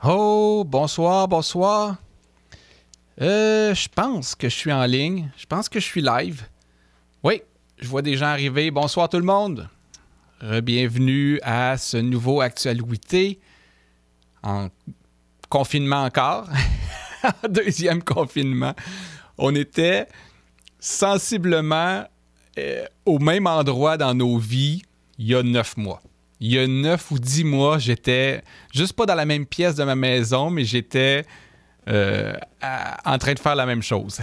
Oh, bonsoir, bonsoir. Je pense que je suis en ligne. Je pense que je suis live. Oui, je vois des gens arriver. Bonsoir tout le monde. Bienvenue à ce nouveau Actualité en confinement encore. Deuxième confinement. On était sensiblement au même endroit dans nos vies il y a 9 mois. Il y a 9 ou 10 mois, j'étais juste pas dans la même pièce de ma maison, mais j'étais en train de faire la même chose.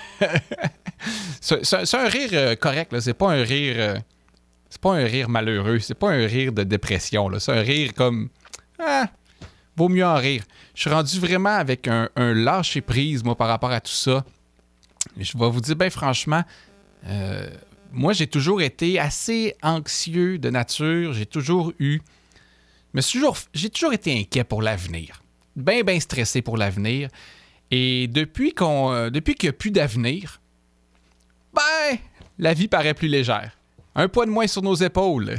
c'est un rire correct, là. C'est pas un rire malheureux, c'est pas un rire de dépression, là. C'est un rire comme vaut mieux en rire. Je suis rendu vraiment avec un lâcher-prise, moi, par rapport à tout ça. Je vais vous dire, bien franchement, moi, j'ai toujours été assez anxieux de nature. J'ai toujours été inquiet pour l'avenir. Bien stressé pour l'avenir. Et depuis qu'il n'y a plus d'avenir, la vie paraît plus légère. Un poids de moins sur nos épaules.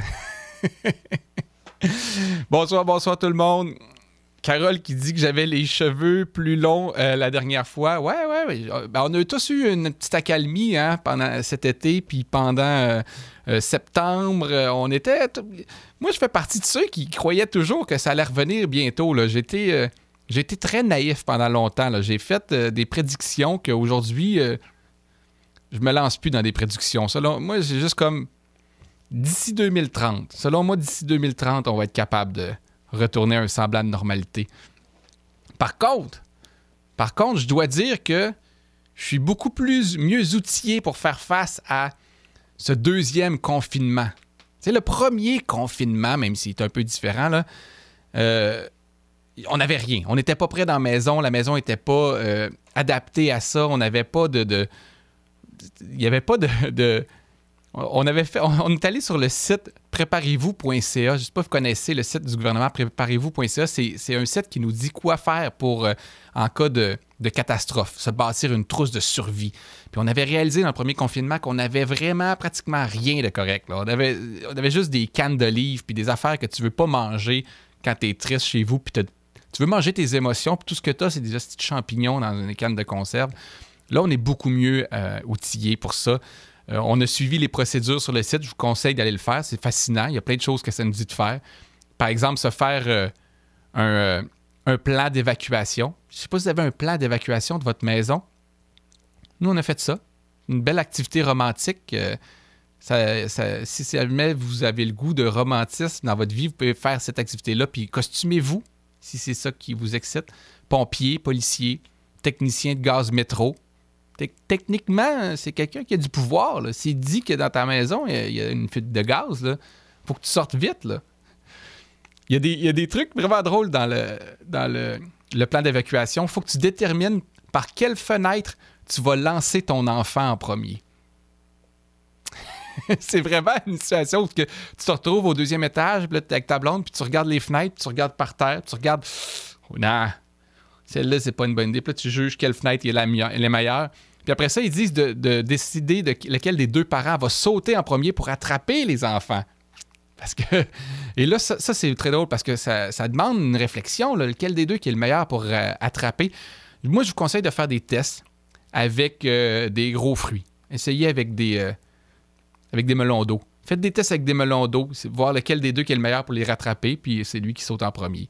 Bonsoir tout le monde. Carole qui dit que j'avais les cheveux plus longs la dernière fois. Ouais. On a tous eu une petite accalmie pendant cet été, puis pendant septembre. Moi, je fais partie de ceux qui croyaient toujours que ça allait revenir bientôt, là. J'ai été très naïf pendant longtemps, là. J'ai fait des prédictions qu'aujourd'hui, je me lance plus dans des prédictions. Selon moi, c'est juste comme d'ici 2030. Selon moi, d'ici 2030, on va être capable de retourner à un semblant de normalité. Par contre, je dois dire que je suis beaucoup mieux outillé pour faire face à ce deuxième confinement. C'est le premier confinement, même s'il est un peu différent, là. On n'avait rien. On n'était pas près dans la maison. La maison n'était pas adaptée à ça. On n'avait pas il n'y avait pas de On est allé sur le site préparez-vous.ca. Je ne sais pas si vous connaissez le site du gouvernement préparez-vous.ca. C'est un site qui nous dit quoi faire pour, en cas de catastrophe, se bâtir une trousse de survie. Puis on avait réalisé dans le premier confinement qu'on avait vraiment pratiquement rien de correct, là. On avait juste des cannes d'olives puis des affaires que tu ne veux pas manger quand tu es triste chez vous. Puis tu veux manger tes émotions, puis tout ce que tu as, c'est des petits champignons dans une canne de conserve. Là, on est beaucoup mieux outillés pour ça. On a suivi les procédures sur le site. Je vous conseille d'aller le faire. C'est fascinant. Il y a plein de choses que ça nous dit de faire. Par exemple, se faire un plan d'évacuation. Je ne sais pas si vous avez un plan d'évacuation de votre maison. Nous, on a fait ça. Une belle activité romantique. Si jamais vous avez le goût de romantisme dans votre vie, vous pouvez faire cette activité-là. Puis costumez-vous, si c'est ça qui vous excite. Pompier, policier, technicien de gaz métro. Techniquement, c'est quelqu'un qui a du pouvoir, là. S'il dit que dans ta maison, il y a une fuite de gaz, il faut que tu sortes vite, là. Il y a des trucs vraiment drôles dans le plan d'évacuation. Il faut que tu détermines par quelle fenêtre tu vas lancer ton enfant en premier. C'est vraiment une situation où tu te retrouves au 2e étage, puis là, tu es avec ta blonde, puis tu regardes les fenêtres, puis tu regardes par terre, puis tu regardes... Oh, non, celle-là, c'est pas une bonne idée. Puis là, tu juges quelle fenêtre est la meilleure. Puis après ça, ils disent de décider de lequel des deux parents va sauter en premier pour attraper les enfants. Parce que... Et là, ça c'est très drôle parce que ça demande une réflexion, là, lequel des deux qui est le meilleur pour attraper. Moi, je vous conseille de faire des tests avec des gros fruits. Essayez avec des melons d'eau. Faites des tests avec des melons d'eau, voir lequel des deux qui est le meilleur pour les rattraper, puis c'est lui qui saute en premier.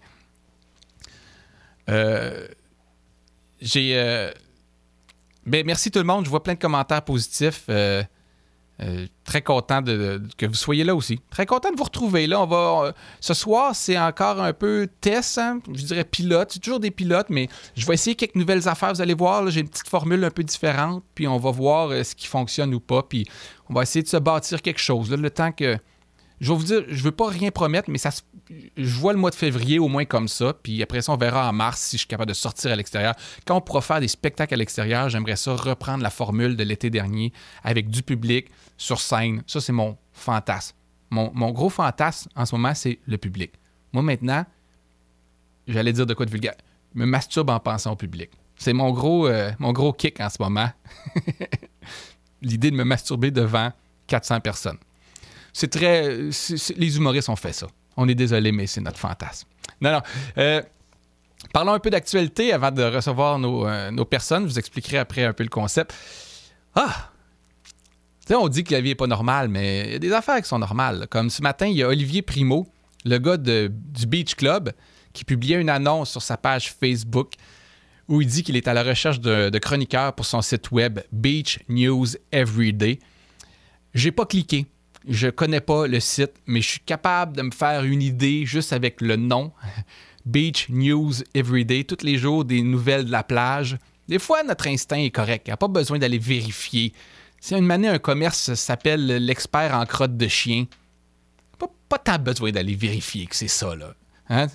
Merci tout le monde. Je vois plein de commentaires positifs. Très content que vous soyez là aussi. Très content de vous retrouver là. Ce soir, c'est encore un peu test, hein? Je dirais pilote. C'est toujours des pilotes, mais je vais essayer quelques nouvelles affaires. Vous allez voir, là, j'ai une petite formule un peu différente, puis on va voir ce qui fonctionne ou pas, puis on va essayer de se bâtir quelque chose. Là, le temps que... Je vais vous dire, je ne veux pas rien promettre, mais je vois le mois de février au moins comme ça. Puis après ça, on verra en mars si je suis capable de sortir à l'extérieur. Quand on pourra faire des spectacles à l'extérieur, j'aimerais ça reprendre la formule de l'été dernier avec du public sur scène. Ça, c'est mon fantasme. Mon gros fantasme en ce moment, c'est le public. Moi, maintenant, j'allais dire de quoi de vulgaire. Je me masturbe en pensant au public. C'est mon gros kick en ce moment. L'idée de me masturber devant 400 personnes. Les humoristes ont fait ça. On est désolé, mais c'est notre fantasme. Non. Parlons un peu d'actualité avant de recevoir nos personnes. Je vous expliquerai après un peu le concept. Ah! Tu sais, on dit que la vie n'est pas normale, mais il y a des affaires qui sont normales. Là. Comme ce matin, il y a Olivier Primo, le gars du Beach Club, qui publiait une annonce sur sa page Facebook où il dit qu'il est à la recherche de chroniqueurs pour son site web Beach News Everyday. J'ai pas cliqué. Je connais pas le site, mais je suis capable de me faire une idée juste avec le nom. Beach News Everyday, tous les jours des nouvelles de la plage. Des fois, notre instinct est correct. Il n'y a pas besoin d'aller vérifier. Si une année, un commerce s'appelle l'expert en crotte de chien, pas tant besoin d'aller vérifier que c'est ça, là. Hein?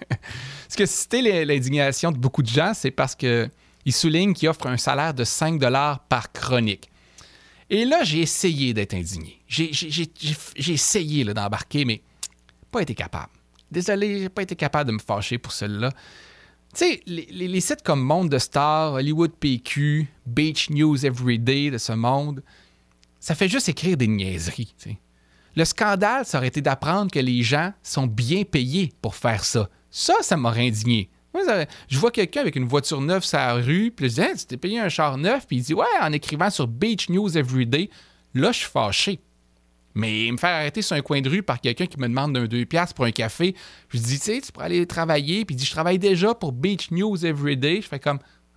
Ce que c'était l'indignation de beaucoup de gens, c'est parce qu'ils soulignent qu'ils offrent un salaire de 5 $ par chronique. Et là, j'ai essayé d'être indigné. J'ai essayé là, d'embarquer, mais pas été capable. Désolé, j'ai pas été capable de me fâcher pour celle-là. Tu sais, les sites comme Monde de Stars, Hollywood PQ, Beach News Everyday de ce monde, ça fait juste écrire des niaiseries. T'sais. Le scandale, ça aurait été d'apprendre que les gens sont bien payés pour faire ça. Ça m'aurait indigné. Moi, je vois quelqu'un avec une voiture neuve sur la rue, puis je dis hey, « tu t'es payé un char neuf », puis il dit « ouais, en écrivant sur Beach News Everyday », là, je suis fâché. Mais me faire arrêter sur un coin de rue par quelqu'un qui me demande 2 $ pour un café, je dis, tu sais, tu pourrais aller travailler, puis il dit, je travaille déjà pour Beach News Everyday. Je fais comme,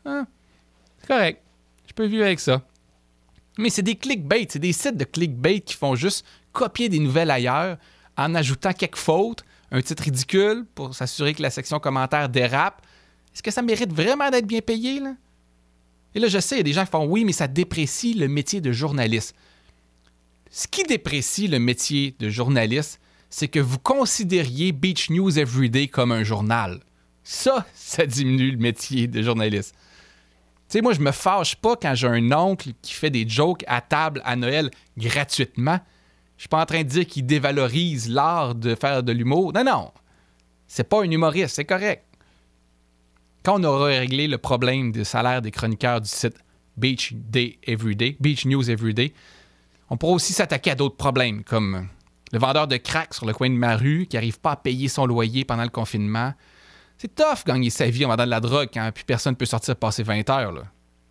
c'est correct, je peux vivre avec ça. Mais c'est des clickbait, c'est des sites de clickbait qui font juste copier des nouvelles ailleurs en ajoutant quelques fautes, un titre ridicule pour s'assurer que la section commentaires dérape. Est-ce que ça mérite vraiment d'être bien payé, là? Et là, je sais, il y a des gens qui font, oui, mais ça déprécie le métier de journaliste. Ce qui déprécie le métier de journaliste, c'est que vous considériez Beach News Everyday comme un journal. Ça diminue le métier de journaliste. Tu sais, moi, je me fâche pas quand j'ai un oncle qui fait des jokes à table à Noël gratuitement. Je suis pas en train de dire qu'il dévalorise l'art de faire de l'humour. Non. C'est pas un humoriste, c'est correct. Quand on aura réglé le problème des salaires des chroniqueurs du site Beach News Everyday, on pourra aussi s'attaquer à d'autres problèmes, comme le vendeur de crack sur le coin de ma rue qui n'arrive pas à payer son loyer pendant le confinement. C'est tough gagner sa vie en vendant de la drogue quand plus personne ne peut sortir passer 20 heures. Là.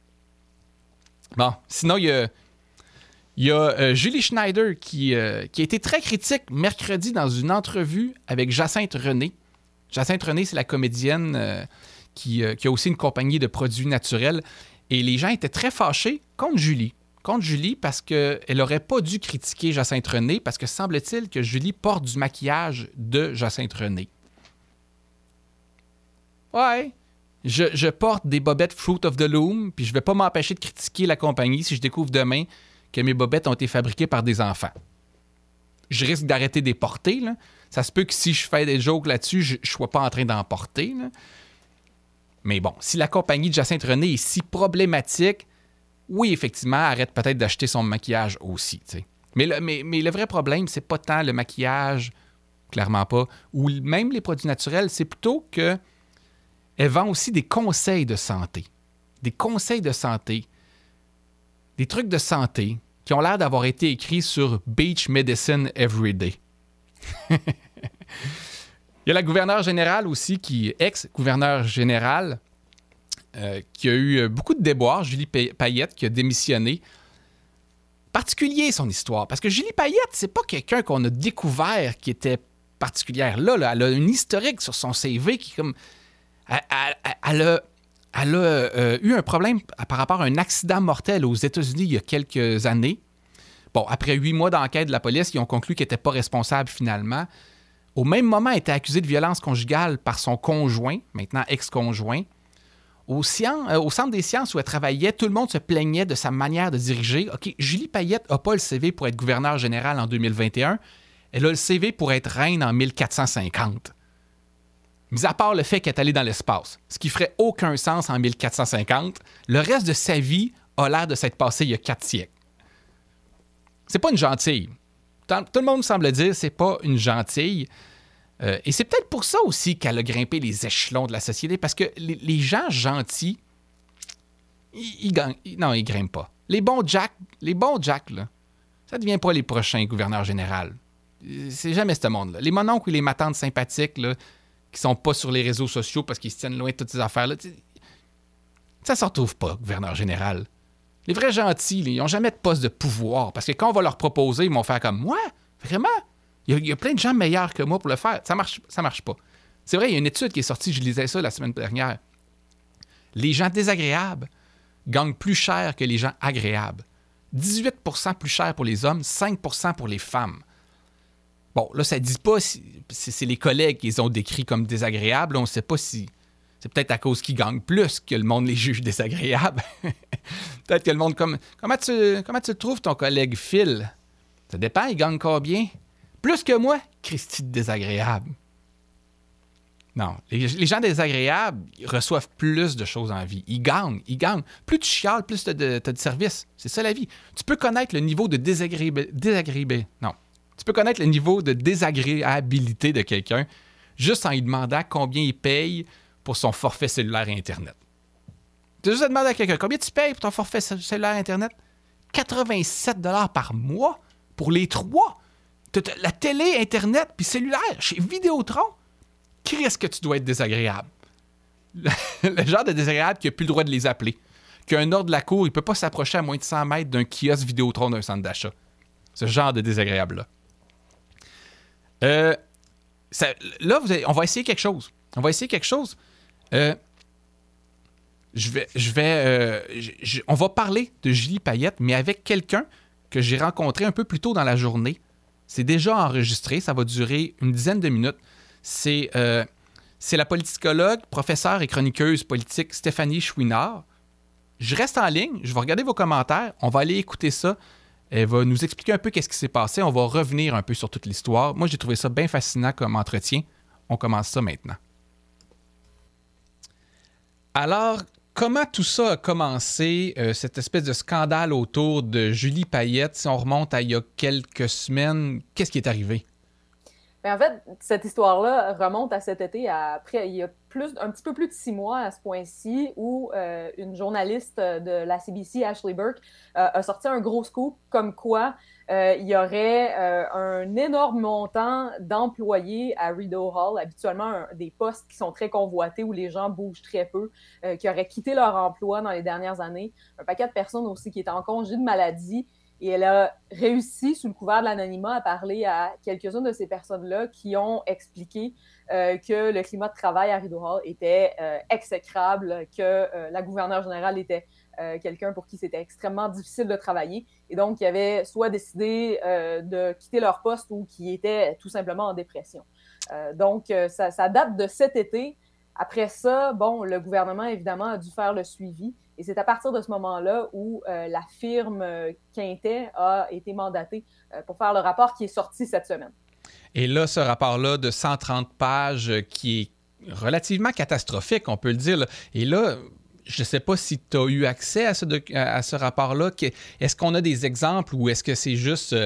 Bon, sinon, il y a Julie Schneider qui a été très critique mercredi dans une entrevue avec Jacinthe René. Jacinthe René, c'est la comédienne qui a aussi une compagnie de produits naturels. Et les gens étaient très fâchés contre Julie. Parce qu'elle n'aurait pas dû critiquer Jacinthe René parce que semble-t-il que Julie porte du maquillage de Jacinthe René. Ouais, je porte des bobettes Fruit of the Loom, puis je ne vais pas m'empêcher de critiquer la compagnie si je découvre demain que mes bobettes ont été fabriquées par des enfants. Je risque d'arrêter de les porter. Là. Ça se peut que si je fais des jokes là-dessus, je ne sois pas en train d'en porter. Là. Mais bon, si la compagnie de Jacinthe René est si problématique, oui, effectivement, arrête peut-être d'acheter son maquillage aussi. T'sais. Mais le vrai problème, c'est pas tant le maquillage, clairement pas, ou même les produits naturels, c'est plutôt qu'elle vend aussi des conseils de santé. Des conseils de santé. Des trucs de santé qui ont l'air d'avoir été écrits sur Beach Medicine Everyday. Il y a la gouverneure générale aussi, ex-gouverneure générale, qui a eu beaucoup de déboires, Julie Payette, qui a démissionné. Particulier son histoire, parce que Julie Payette, c'est pas quelqu'un qu'on a découvert qui était particulière. Là, elle a une historique sur son CV qui, comme... Elle a eu un problème par rapport à un accident mortel aux États-Unis il y a quelques années. Bon, après 8 mois d'enquête de la police, ils ont conclu qu'elle n'était pas responsable finalement. Au même moment, elle était accusée de violence conjugale par son conjoint, maintenant ex-conjoint. Au Centre des sciences où elle travaillait, tout le monde se plaignait de sa manière de diriger. OK, Julie Payette n'a pas le CV pour être gouverneure générale en 2021. Elle a le CV pour être reine en 1450. Mis à part le fait qu'elle est allée dans l'espace, ce qui ferait aucun sens en 1450, le reste de sa vie a l'air de s'être passé il y a 4 siècles. C'est pas une gentille. Tout le monde semble dire que c'est pas une gentille. Et c'est peut-être pour ça aussi qu'elle a grimpé les échelons de la société, parce que les gens gentils, ils grimpent pas. Les bons Jack, là, ça ne devient pas les prochains gouverneurs généraux. C'est jamais ce monde-là. Les mononcles ou les matantes sympathiques, là, qui sont pas sur les réseaux sociaux parce qu'ils se tiennent loin de toutes ces affaires-là. Ça se retrouve pas, gouverneur général. Les vrais gentils, ils n'ont jamais de poste de pouvoir parce que quand on va leur proposer, ils vont faire comme « Moi? Vraiment? Il y a plein de gens meilleurs que moi pour le faire. » Ça marche pas. C'est vrai, il y a une étude qui est sortie, je lisais ça la semaine dernière. Les gens désagréables gagnent plus cher que les gens agréables. 18 % plus cher pour les hommes, 5 % pour les femmes. Bon, là, ça ne dit pas si c'est les collègues qui les ont décrits comme désagréables. On ne sait pas si... C'est peut-être à cause qu'ils gagnent plus que le monde les juge désagréables. Peut-être que le monde... Comment tu le trouves, ton collègue Phil? Ça dépend, il gagne combien? Plus que moi? Christy de désagréable. Non, les gens désagréables ils reçoivent plus de choses en vie. Ils gagnent. Plus tu chiales, plus tu as de services. C'est ça la vie. Tu peux connaître le niveau de Tu peux connaître le niveau de désagréabilité de quelqu'un juste en lui demandant combien il paye pour son forfait cellulaire Internet. Tu as juste à demander à quelqu'un combien tu payes pour ton forfait cellulaire Internet? 87 $ par mois pour les 3. La télé, Internet puis cellulaire chez Vidéotron. Qui est-ce que tu dois être désagréable? Le genre de désagréable qui n'a plus le droit de les appeler. Qui a un ordre de la cour, il ne peut pas s'approcher à moins de 100 mètres d'un kiosque Vidéotron d'un centre d'achat. Ce genre de désagréable-là. Là, on va essayer quelque chose. On va parler de Julie Payette, mais avec quelqu'un que j'ai rencontré un peu plus tôt dans la journée. C'est déjà enregistré, ça va durer une dizaine de minutes. C'est la politicologue, professeure et chroniqueuse politique Stéphanie Chouinard. Je reste en ligne, je vais regarder vos commentaires, on va aller écouter ça. Elle va nous expliquer un peu qu'est-ce qui s'est passé, on va revenir un peu sur toute l'histoire. Moi, j'ai trouvé ça bien fascinant comme entretien. On commence ça maintenant. Alors, comment tout ça a commencé, cette espèce de scandale autour de Julie Payette? Si on remonte à il y a quelques semaines, qu'est-ce qui est arrivé? Mais en fait, cette histoire-là remonte à cet été, il y a un petit peu plus de 6 mois à ce point-ci, où une journaliste de la CBC, Ashley Burke, a sorti un gros scoop comme quoi il y aurait un énorme montant d'employés à Rideau Hall, habituellement des postes qui sont très convoités, où les gens bougent très peu, qui auraient quitté leur emploi dans les dernières années. Un paquet de personnes aussi qui étaient en congé de maladie. Et elle a réussi, sous le couvert de l'anonymat, à parler à quelques-unes de ces personnes-là qui ont expliqué que le climat de travail à Rideau Hall était exécrable, que la gouverneure générale était quelqu'un pour qui c'était extrêmement difficile de travailler. Et donc, ils avaient soit décidé de quitter leur poste ou qui étaient tout simplement en dépression. Donc, ça date de cet été. Après ça, le gouvernement, évidemment, a dû faire le suivi. Et c'est à partir de ce moment-là où la firme Quintet a été mandatée pour faire le rapport qui est sorti cette semaine. Et là, ce rapport-là de 130 pages qui est relativement catastrophique, on peut le dire. Là. Et là, je ne sais pas si tu as eu accès à ce rapport-là. Est-ce qu'on a des exemples ou est-ce que c'est juste...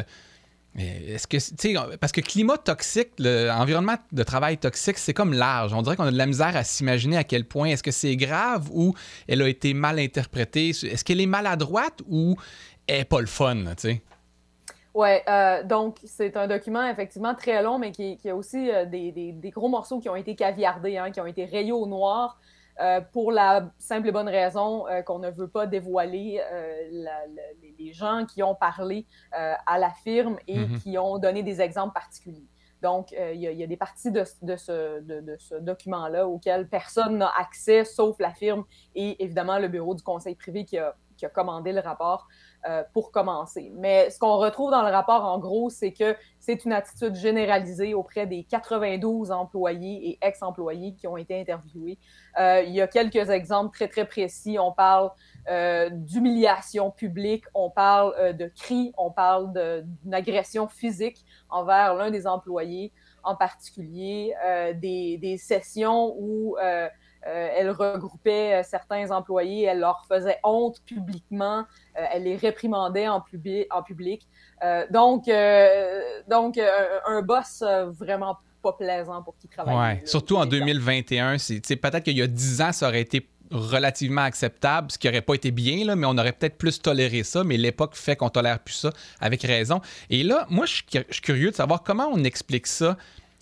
parce que climat toxique, l'environnement de travail toxique, c'est comme large. On dirait qu'on a de la misère à s'imaginer à quel point. Est-ce que c'est grave ou elle a été mal interprétée? Est-ce qu'elle est maladroite ou elle n'est pas le fun? Oui, donc c'est un document effectivement très long, mais qui a aussi des gros morceaux qui ont été caviardés, qui ont été rayés au noir. Pour la simple et bonne raison qu'on ne veut pas dévoiler les gens qui ont parlé à la firme et qui ont donné des exemples particuliers. Donc, il y a des parties de ce document-là auxquelles personne n'a accès, sauf la firme et évidemment le bureau du conseil privé qui a commandé le rapport pour commencer. Mais ce qu'on retrouve dans le rapport, en gros, c'est que c'est une attitude généralisée auprès des 92 employés et ex-employés qui ont été interviewés. Il y a quelques exemples très, très précis. On parle d'humiliation publique, on parle de cris, on parle d'une agression physique envers l'un des employés en particulier, des sessions où elle regroupait certains employés, elle leur faisait honte publiquement, elle les réprimandait en public. Donc, un boss vraiment pas plaisant pour qui travailler. Ouais. Surtout en 2021, peut-être qu'il y a 10 ans, ça aurait été relativement acceptable, ce qui n'aurait pas été bien, là, mais on aurait peut-être plus toléré ça, mais l'époque fait qu'on tolère plus ça, avec raison. Et là, moi, je suis curieux de savoir comment on explique ça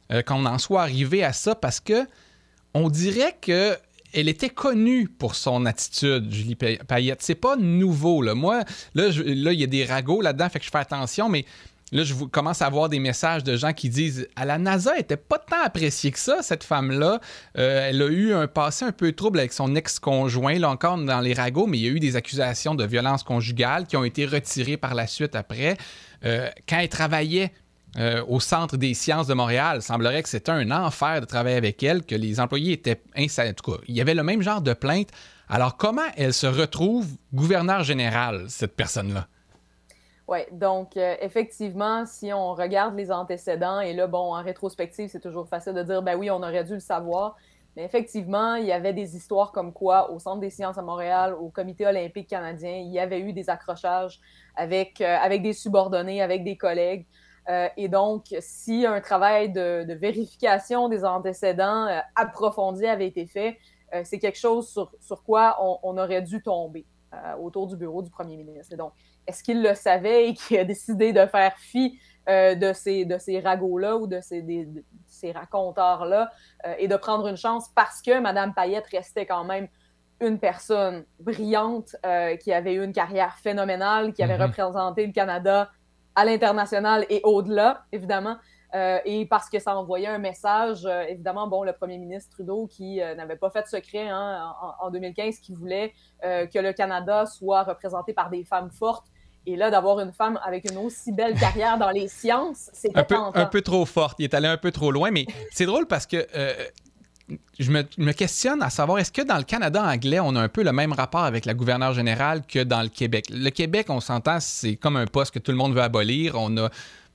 qu'on en soit arrivé à ça, parce que on dirait que elle était connue pour son attitude, Julie Payette. C'est pas nouveau, là. Moi, là, il y a des ragots là-dedans, fait que je fais attention, mais là, commence à avoir des messages de gens qui disent « À la NASA, elle était pas tant appréciée que ça, cette femme-là. Elle a eu un passé un peu trouble avec son ex-conjoint, là encore dans les ragots, mais il y a eu des accusations de violence conjugale qui ont été retirées par la suite après. Quand elle travaillait au Centre des sciences de Montréal, il semblerait que c'était un enfer de travailler avec elle, que les employés étaient en tout cas, il y avait le même genre de plainte. Alors, comment elle se retrouve gouverneur général, cette personne-là? Oui, donc effectivement, si on regarde les antécédents, et là, bon, en rétrospective, c'est toujours facile de dire, ben oui, on aurait dû le savoir, mais effectivement, il y avait des histoires comme quoi, au Centre des sciences à Montréal, au Comité olympique canadien, il y avait eu des accrochages avec des subordonnés, avec des collègues. Et donc, si un travail de vérification des antécédents approfondi avait été fait, c'est quelque chose sur quoi on aurait dû tomber autour du bureau du premier ministre. Et donc, est-ce qu'il le savait et qu'il a décidé de faire fi de ces ragots-là ou de ces raconteurs-là et de prendre une chance parce que Mme Payette restait quand même une personne brillante qui avait eu une carrière phénoménale, qui avait représenté le Canada à l'international et au-delà, évidemment, et parce que ça envoyait un message, évidemment, bon, le premier ministre Trudeau qui n'avait pas fait de secret en 2015, qui voulait que le Canada soit représenté par des femmes fortes. Et là, d'avoir une femme avec une aussi belle carrière dans les sciences, c'était tentant. Un peu trop forte. Il est allé un peu trop loin, mais c'est drôle parce que je me questionne à savoir, est-ce que dans le Canada anglais, on a un peu le même rapport avec la gouverneure générale que dans le Québec? Le Québec, on s'entend, c'est comme un poste que tout le monde veut abolir. On a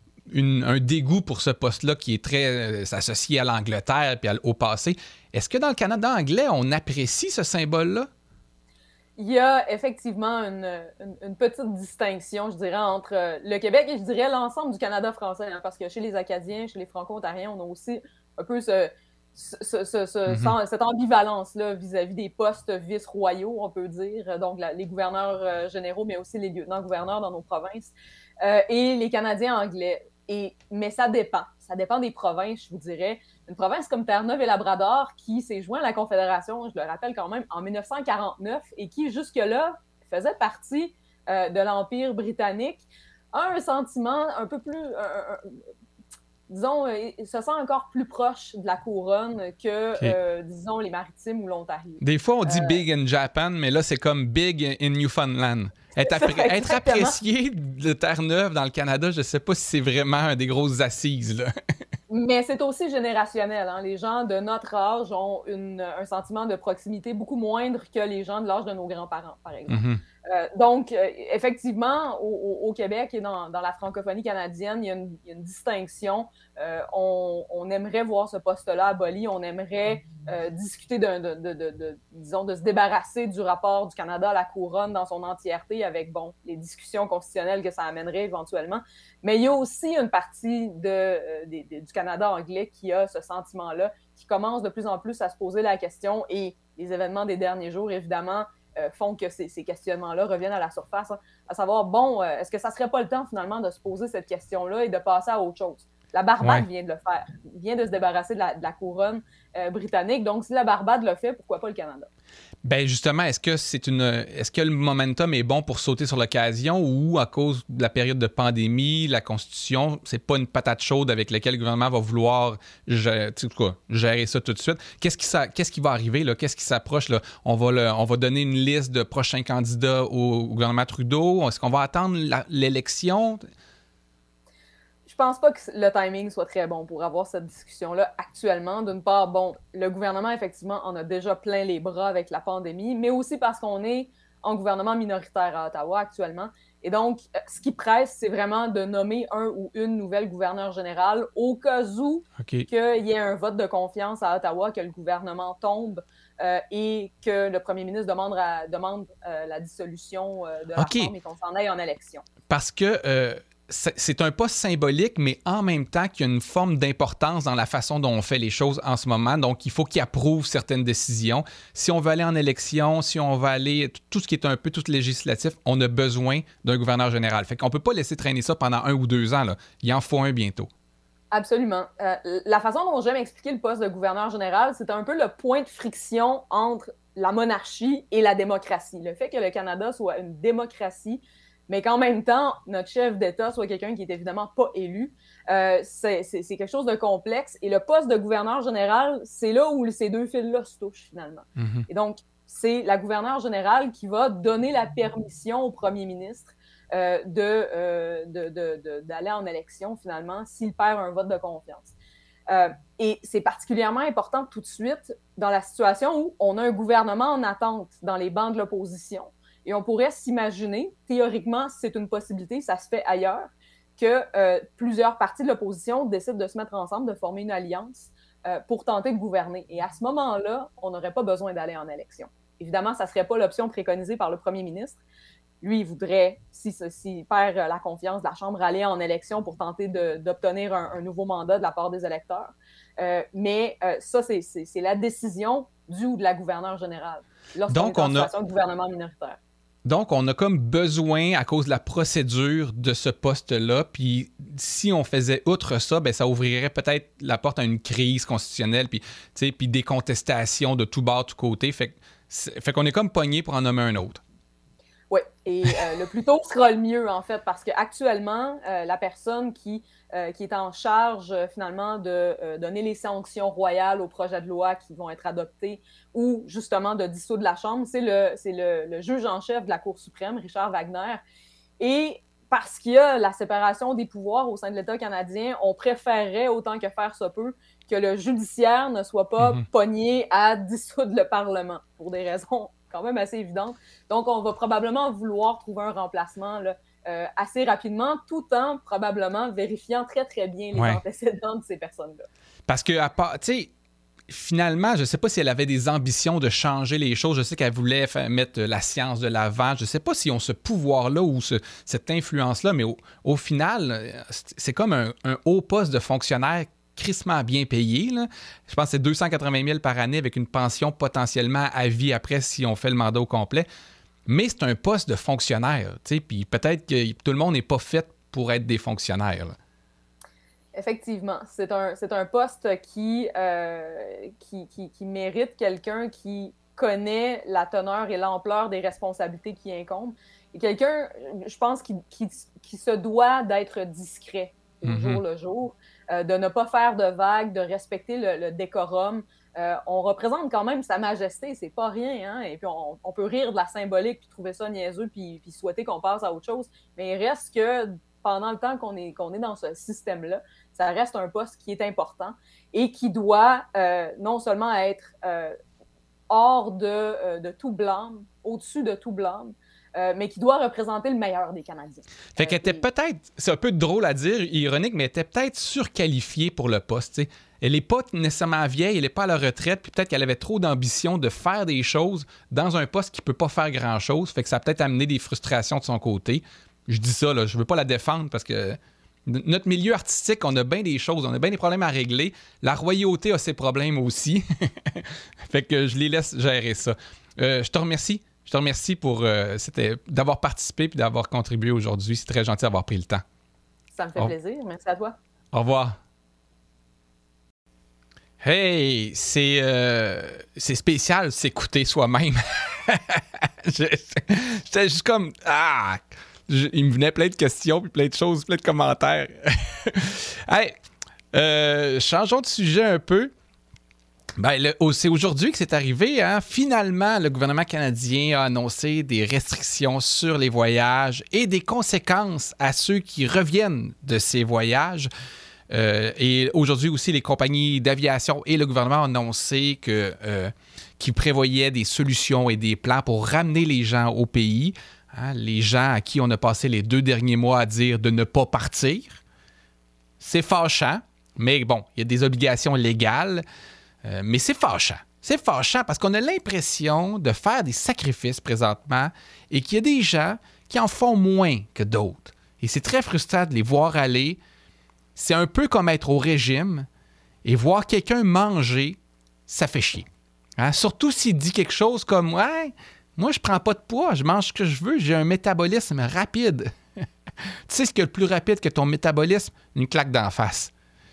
un dégoût pour ce poste-là qui est très associé à l'Angleterre et au passé. Est-ce que dans le Canada anglais, on apprécie ce symbole-là? Il y a effectivement une petite distinction, je dirais, entre le Québec et je dirais l'ensemble du Canada français, hein, parce que chez les Acadiens, chez les Franco-Ontariens, on a aussi un peu cette ambivalence-là vis-à-vis des postes vice-royaux, on peut dire, donc les gouverneurs généraux, mais aussi les lieutenants-gouverneurs dans nos provinces, et les Canadiens anglais. Mais ça dépend des provinces, je vous dirais. Une province comme Terre-Neuve et Labrador, qui s'est joint à la Confédération, je le rappelle quand même, en 1949, et qui jusque-là faisait partie de l'Empire britannique, a un sentiment un peu plus... disons, il se sent encore plus proche de la couronne que, disons, les Maritimes ou l'Ontario. Des fois, on dit big in Japan, mais là, c'est comme big in Newfoundland. Être apprécié de Terre-Neuve dans le Canada, je ne sais pas si c'est vraiment des grosses assises, là. Mais c'est aussi générationnel. Hein? Les gens de notre âge ont un sentiment de proximité beaucoup moindre que les gens de l'âge de nos grands-parents, par exemple. Donc, effectivement, au Québec et dans la francophonie canadienne, il y a une distinction. On aimerait voir ce poste-là aboli. On aimerait discuter disons, de se débarrasser du rapport du Canada à la couronne dans son entièreté avec, bon, les discussions constitutionnelles que ça amènerait éventuellement. Mais il y a aussi une partie du Canada anglais qui a ce sentiment-là, qui commence de plus en plus à se poser la question, et les événements des derniers jours, évidemment, font que ces questionnements-là reviennent à la surface, hein, à savoir, bon, est-ce que ça serait pas le temps, finalement, de se poser cette question-là et de passer à autre chose? La Barbade vient de le faire, vient de se débarrasser de la couronne britannique. Donc, si la Barbade le fait, pourquoi pas le Canada? Ben justement, est-ce que le momentum est bon pour sauter sur l'occasion, ou à cause de la période de pandémie, la Constitution, c'est pas une patate chaude avec laquelle le gouvernement va vouloir gérer ça tout de suite? Qu'est-ce qui va arriver, là? Qu'est-ce qui s'approche, là? On va donner une liste de prochains candidats au gouvernement Trudeau. Est-ce qu'on va attendre l'élection? Je pense pas que le timing soit très bon pour avoir cette discussion-là actuellement. D'une part, bon, le gouvernement, effectivement, en a déjà plein les bras avec la pandémie, mais aussi parce qu'on est en gouvernement minoritaire à Ottawa actuellement. Et donc, ce qui presse, c'est vraiment de nommer un ou une nouvelle gouverneure générale au cas où qu'il y ait un vote de confiance à Ottawa, que le gouvernement tombe et que le premier ministre demande la dissolution de la Chambre et qu'on s'en aille en élection. Parce que... c'est un poste symbolique, mais en même temps qu'il y a une forme d'importance dans la façon dont on fait les choses en ce moment. Donc, il faut qu'il approuve certaines décisions. Si on veut aller en élection, si on veut aller... Tout ce qui est un peu tout législatif, on a besoin d'un gouverneur général. Fait qu'on ne peut pas laisser traîner ça pendant 1 ou 2 ans, là. Il en faut un bientôt. Absolument. La façon dont j'aime expliquer le poste de gouverneur général, c'est un peu le point de friction entre la monarchie et la démocratie. Le fait que le Canada soit une démocratie, mais qu'en même temps, notre chef d'État soit quelqu'un qui est évidemment pas élu, c'est quelque chose de complexe. Et le poste de gouverneur général, c'est là où ces deux fils-là se touchent finalement. Mm-hmm. Et donc, c'est la gouverneure générale qui va donner la permission au premier ministre d'aller en élection, finalement, s'il perd un vote de confiance. Et c'est particulièrement important tout de suite dans la situation où on a un gouvernement en attente dans les bancs de l'opposition. Et on pourrait s'imaginer, théoriquement, c'est une possibilité, ça se fait ailleurs, que plusieurs partis de l'opposition décident de se mettre ensemble, de former une alliance pour tenter de gouverner. Et à ce moment-là, on n'aurait pas besoin d'aller en élection. Évidemment, ça ne serait pas l'option préconisée par le premier ministre. Lui, il voudrait, s'il perd la confiance de la Chambre, aller en élection pour tenter d'obtenir un nouveau mandat de la part des électeurs. Mais ça, c'est la décision du ou de la gouverneure générale lorsqu'on est en situation de gouvernement minoritaire. Donc, on a comme besoin, à cause de la procédure de ce poste-là, puis si on faisait outre ça, ben ça ouvrirait peut-être la porte à une crise constitutionnelle, puis des contestations de tout bord, tout côté. Fait qu'on est comme pogné pour en nommer un autre. Oui, et le plus tôt sera le mieux, en fait, parce qu'actuellement, la personne qui est en charge, finalement, de donner les sanctions royales aux projets de loi qui vont être adoptés ou, justement, de dissoudre la Chambre, c'est le juge en chef de la Cour suprême, Richard Wagner. Et parce qu'il y a la séparation des pouvoirs au sein de l'État canadien, on préférerait, autant que faire se peut, que le judiciaire ne soit pas pogné à dissoudre le Parlement, pour des raisons quand même assez évidente. Donc, on va probablement vouloir trouver un remplacement là, assez rapidement, tout en probablement vérifiant très, très bien les antécédents de ces personnes-là. Parce que, tu sais, finalement, je ne sais pas si elle avait des ambitions de changer les choses. Je sais qu'elle voulait mettre la science de l'avant. Je ne sais pas si on ce pouvoir-là ou cette influence-là, mais au final, c'est comme un haut poste de fonctionnaire crissement bien payé. Là. Je pense que c'est 280 000 par année avec une pension potentiellement à vie après si on fait le mandat au complet. Mais c'est un poste de fonctionnaire. Puis peut-être que tout le monde n'est pas fait pour être des fonctionnaires. Là. Effectivement. C'est un poste qui mérite quelqu'un qui connaît la teneur et l'ampleur des responsabilités qui incombent. Et quelqu'un, je pense, qui se doit d'être discret au jour le jour. De ne pas faire de vagues, de respecter le décorum. On représente quand même Sa Majesté, c'est pas rien, hein? Et puis on peut rire de la symbolique, puis trouver ça niaiseux, puis souhaiter qu'on passe à autre chose, mais il reste que pendant le temps qu'on est dans ce système-là, ça reste un poste qui est important et qui doit non seulement être hors de tout blâme, au-dessus de tout blâme, mais qui doit représenter le meilleur des Canadiens. Fait qu'elle était peut-être, c'est un peu drôle à dire, ironique, mais elle était peut-être surqualifiée pour le poste. T'sais. Elle n'est pas nécessairement vieille, elle n'est pas à la retraite, puis peut-être qu'elle avait trop d'ambition de faire des choses dans un poste qui ne peut pas faire grand-chose. Fait que ça a peut-être amené des frustrations de son côté. Je dis ça, là, je ne veux pas la défendre parce que notre milieu artistique, on a bien des choses, on a bien des problèmes à régler. La royauté a ses problèmes aussi. Fait que je les laisse gérer ça. Je te remercie. Je te remercie pour d'avoir participé et d'avoir contribué aujourd'hui. C'est très gentil d'avoir pris le temps. Ça me fait plaisir. Merci à toi. Au revoir. Hey, c'est spécial de s'écouter soi-même. J'étais juste comme... il me venait plein de questions, puis plein de choses, plein de commentaires. Hey, changeons de sujet un peu. Ben, c'est aujourd'hui que c'est arrivé. Hein? Finalement, le gouvernement canadien a annoncé des restrictions sur les voyages et des conséquences à ceux qui reviennent de ces voyages. Et aujourd'hui aussi, les compagnies d'aviation et le gouvernement ont annoncé qu'ils prévoyaient des solutions et des plans pour ramener les gens au pays. Hein? Les gens à qui on a passé les 2 derniers mois à dire de ne pas partir. C'est fâchant, mais bon, il y a des obligations légales. Mais c'est fâchant. C'est fâchant parce qu'on a l'impression de faire des sacrifices présentement et qu'il y a des gens qui en font moins que d'autres. Et c'est très frustrant de les voir aller. C'est un peu comme être au régime et voir quelqu'un manger, ça fait chier. Hein? Surtout s'il dit quelque chose comme « Ouais, moi je prends pas de poids, je mange ce que je veux, j'ai un métabolisme rapide. » Tu sais ce qui est le plus rapide que ton métabolisme? Une claque d'en face.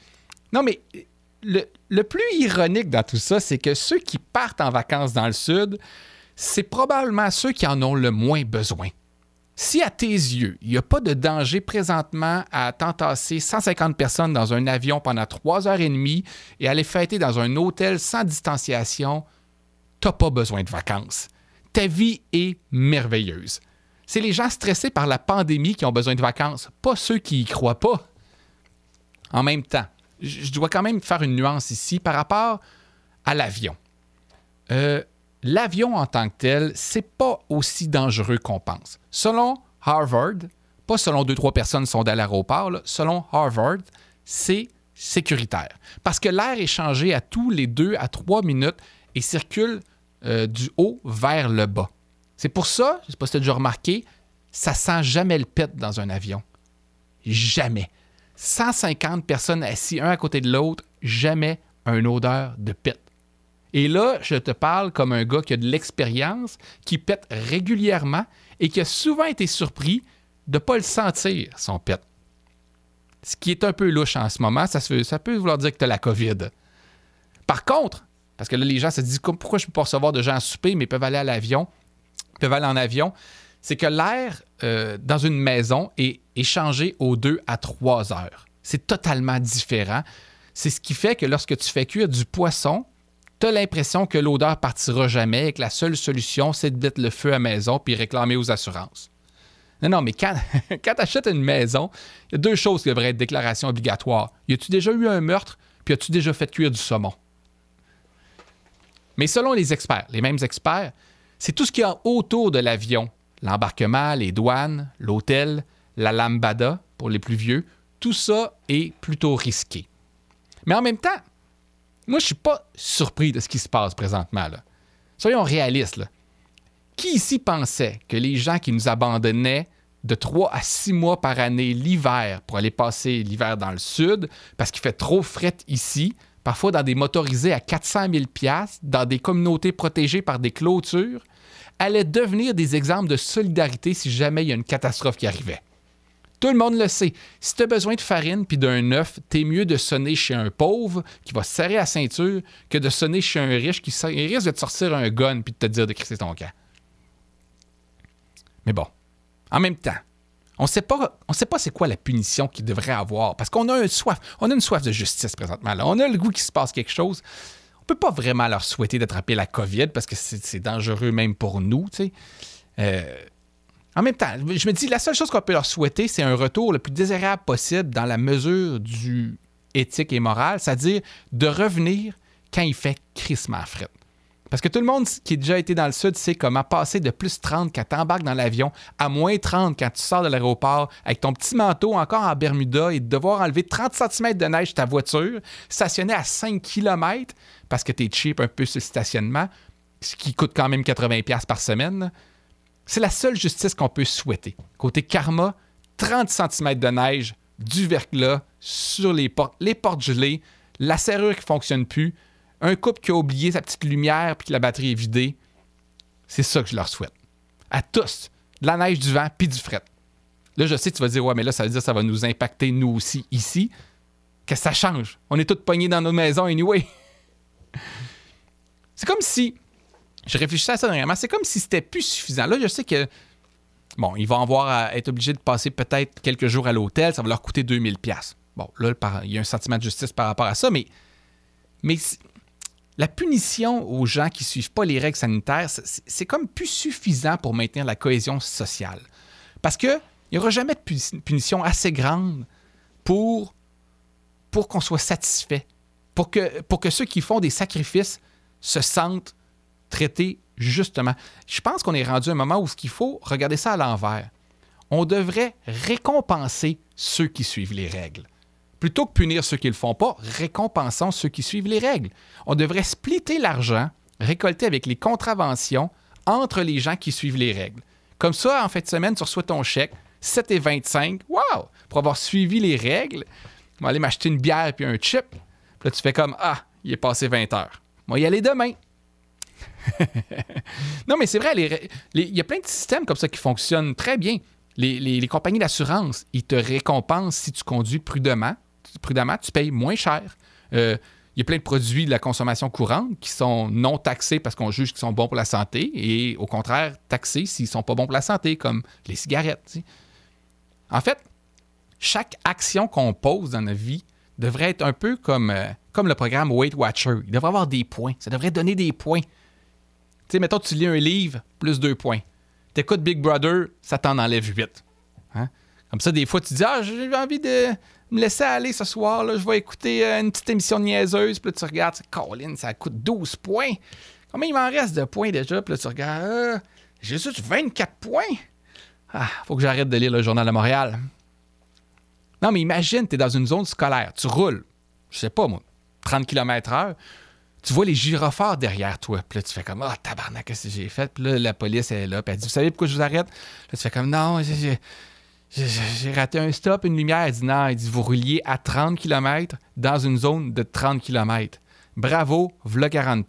Non, mais le plus ironique dans tout ça, c'est que ceux qui partent en vacances dans le sud, c'est probablement ceux qui en ont le moins besoin. Si à tes yeux, il n'y a pas de danger présentement à t'entasser 150 personnes dans un avion pendant 3h30 et aller fêter dans un hôtel sans distanciation, t'as pas besoin de vacances. Ta vie est merveilleuse. C'est les gens stressés par la pandémie qui ont besoin de vacances, pas ceux qui y croient pas. En même temps, je dois quand même faire une nuance ici par rapport à l'avion. L'avion en tant que tel, c'est pas aussi dangereux qu'on pense. Selon Harvard, pas selon 2-3 personnes qui sont à l'aéroport, là, selon Harvard, c'est sécuritaire. Parce que l'air est changé à tous les 2 à 3 minutes et circule du haut vers le bas. C'est pour ça, je ne sais pas si tu as déjà remarqué, ça sent jamais le pet dans un avion. Jamais. 150 personnes assises un à côté de l'autre, jamais une odeur de pet. Et là, je te parle comme un gars qui a de l'expérience, qui pète régulièrement et qui a souvent été surpris de ne pas le sentir, son pet. Ce qui est un peu louche en ce moment, ça peut vouloir dire que tu as la COVID. Par contre, parce que là, les gens se disent pourquoi je ne peux pas recevoir de gens à souper, mais ils peuvent aller en avion, c'est que l'air dans une maison est changé aux 2 à 3 heures. C'est totalement différent. C'est ce qui fait que lorsque tu fais cuire du poisson, tu as l'impression que l'odeur partira jamais et que la seule solution, c'est de mettre le feu à la maison puis réclamer aux assurances. Non, mais quand tu achètes une maison, il y a 2 choses qui devraient être déclaration obligatoire. Y a-tu déjà eu un meurtre puis as-tu déjà fait cuire du saumon? Mais selon les experts, les mêmes experts, c'est tout ce qu'il y a autour de l'avion. L'embarquement, les douanes, l'hôtel, la lambada pour les plus vieux. Tout ça est plutôt risqué. Mais en même temps, moi, je ne suis pas surpris de ce qui se passe présentement, là. Soyons réalistes, là. Qui ici pensait que les gens qui nous abandonnaient de 3 à 6 mois par année l'hiver pour aller passer l'hiver dans le sud, parce qu'il fait trop fret ici, parfois dans des motorisés à 400 000 $, dans des communautés protégées par des clôtures, allaient devenir des exemples de solidarité si jamais il y a une catastrophe qui arrivait. Tout le monde le sait. Si tu as besoin de farine puis d'un œuf, t'es mieux de sonner chez un pauvre qui va se serrer la ceinture que de sonner chez un riche qui risque de te sortir un gun puis de te dire de crisser ton camp. Mais bon, en même temps, on sait pas c'est quoi la punition qu'il devrait avoir parce qu'on a une soif de justice présentement. Là. On a le goût qu'il se passe quelque chose. On peut pas vraiment leur souhaiter d'attraper la COVID parce que c'est dangereux même pour nous, tu sais. En même temps, je me dis, la seule chose qu'on peut leur souhaiter, c'est un retour le plus désirable possible dans la mesure du éthique et moral, c'est-à-dire de revenir quand il fait crissement fret. Parce que tout le monde qui a déjà été dans le sud sait comment passer de plus 30 quand tu embarques dans l'avion à moins 30 quand tu sors de l'aéroport avec ton petit manteau encore en Bermuda et de devoir enlever 30 cm de neige de ta voiture, stationner à 5 km parce que tu es cheap un peu sur le stationnement, ce qui coûte quand même 80$ par semaine. C'est la seule justice qu'on peut souhaiter. Côté karma, 30 cm de neige, du verglas sur les portes gelées, la serrure qui ne fonctionne plus, un couple qui a oublié sa petite lumière puis que la batterie est vidée. C'est ça que je leur souhaite. À tous, de la neige, du vent puis du fret. Là, je sais que tu vas dire, ouais, mais là, ça veut dire que ça va nous impacter nous aussi ici. Qu'est-ce que ça change? On est tous pognés dans nos maisons anyway. C'est comme si... Je réfléchissais à ça dernièrement. C'est comme si c'était plus suffisant. Là, je sais que, bon, ils vont avoir à être obligés de passer peut-être quelques jours à l'hôtel. Ça va leur coûter 2000$. Bon, là, il y a un sentiment de justice par rapport à ça, mais la punition aux gens qui ne suivent pas les règles sanitaires, c'est comme plus suffisant pour maintenir la cohésion sociale. Parce qu'il n'y aura jamais de punition assez grande pour qu'on soit satisfait. Pour que ceux qui font des sacrifices se sentent traités justement. Je pense qu'on est rendu à un moment où il faut regarder ça à l'envers. On devrait récompenser ceux qui suivent les règles. Plutôt que punir ceux qui ne le font pas, récompensons ceux qui suivent les règles. On devrait splitter l'argent récolté avec les contraventions entre les gens qui suivent les règles. Comme ça, en fin de semaine, tu reçois ton chèque, 7,25$. Wow! Pour avoir suivi les règles, je vais aller m'acheter une bière et un chip. Puis là, tu fais comme, il est passé 20 heures. Moi, y aller demain. Non, mais c'est vrai, il y a plein de systèmes comme ça qui fonctionnent très bien. Les compagnies d'assurance, ils te récompensent si tu conduis prudemment. prudemment, tu payes moins cher. Il y a plein de produits de la consommation courante qui sont non taxés parce qu'on juge qu'ils sont bons pour la santé et au contraire taxés s'ils ne sont pas bons pour la santé, comme les cigarettes. Tu sais. En fait, chaque action qu'on pose dans notre vie devrait être un peu comme le programme Weight Watcher. Il devrait avoir des points. Ça devrait donner des points. Tu sais, mettons, tu lis un livre, plus 2 points. Tu écoutes Big Brother, ça t'en enlève 8. Hein? Comme ça, des fois, tu dis « Ah, j'ai envie de me laisser aller ce soir, là, je vais écouter une petite émission niaiseuse. » Puis là, tu regardes, Colin, ça coûte 12 points. Combien il m'en reste de points déjà? Puis là, tu regardes, j'ai juste 24 points. Ah, faut que j'arrête de lire le Journal de Montréal. Non, mais imagine, tu es dans une zone scolaire, tu roules, je sais pas moi, 30 km/h, tu vois les gyrophares derrière toi. Puis là, tu fais comme « Ah, tabarnak, qu'est-ce que j'ai fait? » Puis là, la police est là, puis elle dit « Vous savez pourquoi je vous arrête? » Là, tu fais comme « Non, j'ai raté un stop, une lumière. » Elle dit « Non, elle dit « Vous rouliez à 30 km dans une zone de 30 km. Bravo, v'là 40$. »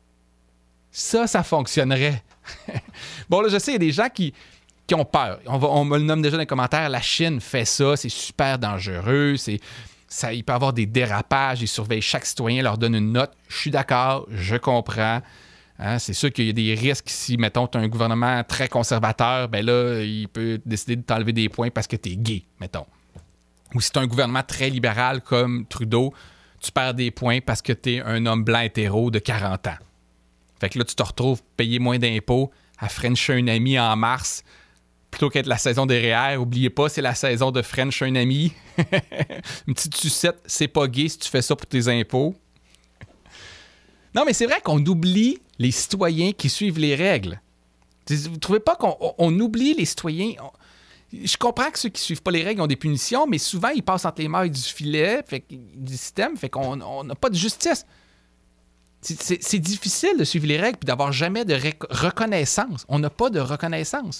Ça fonctionnerait. Bon, là, je sais, il y a des gens qui ont peur. On me le nomme déjà dans les commentaires. La Chine fait ça, c'est super dangereux. Il peut y avoir des dérapages. Ils surveillent chaque citoyen, leur donnent une note. Je suis d'accord, je comprends. Hein, c'est sûr qu'il y a des risques si, mettons, tu as un gouvernement très conservateur, ben là, il peut décider de t'enlever des points parce que tu es gay, mettons. Ou si tu as un gouvernement très libéral comme Trudeau, tu perds des points parce que tu es un homme blanc hétéro de 40 ans. Fait que là, tu te retrouves payer moins d'impôts, à frencher un ami en mars, plutôt qu'être la saison des REER. Oubliez pas, c'est la saison de French un ami. Une petite sucette, c'est pas gay si tu fais ça pour tes impôts. Non, mais c'est vrai qu'on oublie les citoyens qui suivent les règles. Vous ne trouvez pas qu'on oublie les citoyens? Je comprends que ceux qui ne suivent pas les règles ont des punitions, mais souvent, ils passent entre les mailles du filet, du système, fait qu'on n'a pas de justice. C'est difficile de suivre les règles et d'avoir jamais de reconnaissance. On n'a pas de reconnaissance.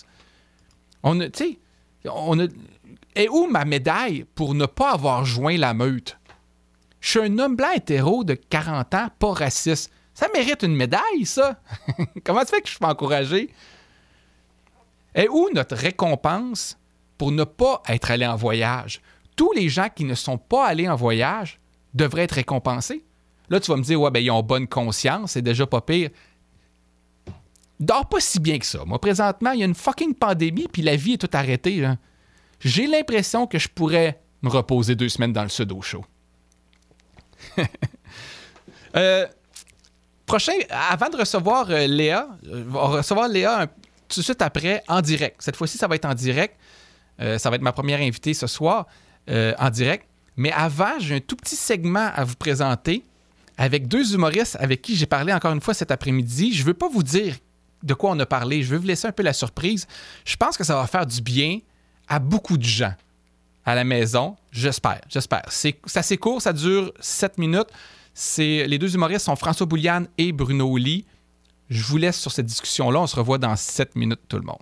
Et où ma médaille pour ne pas avoir joint la meute? Je suis un homme blanc hétéro de 40 ans, pas raciste. Ça mérite une médaille, ça? Comment ça fait que je suis pas encouragé? Et où notre récompense pour ne pas être allé en voyage? Tous les gens qui ne sont pas allés en voyage devraient être récompensés. Là, tu vas me dire, ouais, ben ils ont bonne conscience, c'est déjà pas pire. Dors pas si bien que ça. Moi, présentement, il y a une fucking pandémie, puis la vie est toute arrêtée. Hein. J'ai l'impression que je pourrais me reposer 2 semaines dans le sud au chaud. Prochain, avant de recevoir Léa, on va recevoir Léa tout de suite après, en direct. Cette fois-ci, ça va être en direct. Ça va être ma première invitée ce soir, en direct. Mais avant, j'ai un tout petit segment à vous présenter avec 2 humoristes avec qui j'ai parlé encore une fois cet après-midi. Je ne veux pas vous dire de quoi on a parlé. Je veux vous laisser un peu la surprise. Je pense que ça va faire du bien à beaucoup de gens à la maison. J'espère. C'est assez court, ça dure 7 minutes. Les 2 humoristes sont François Bouliane et Bruno Lee. Je vous laisse sur cette discussion-là. On se revoit dans 7 minutes, tout le monde.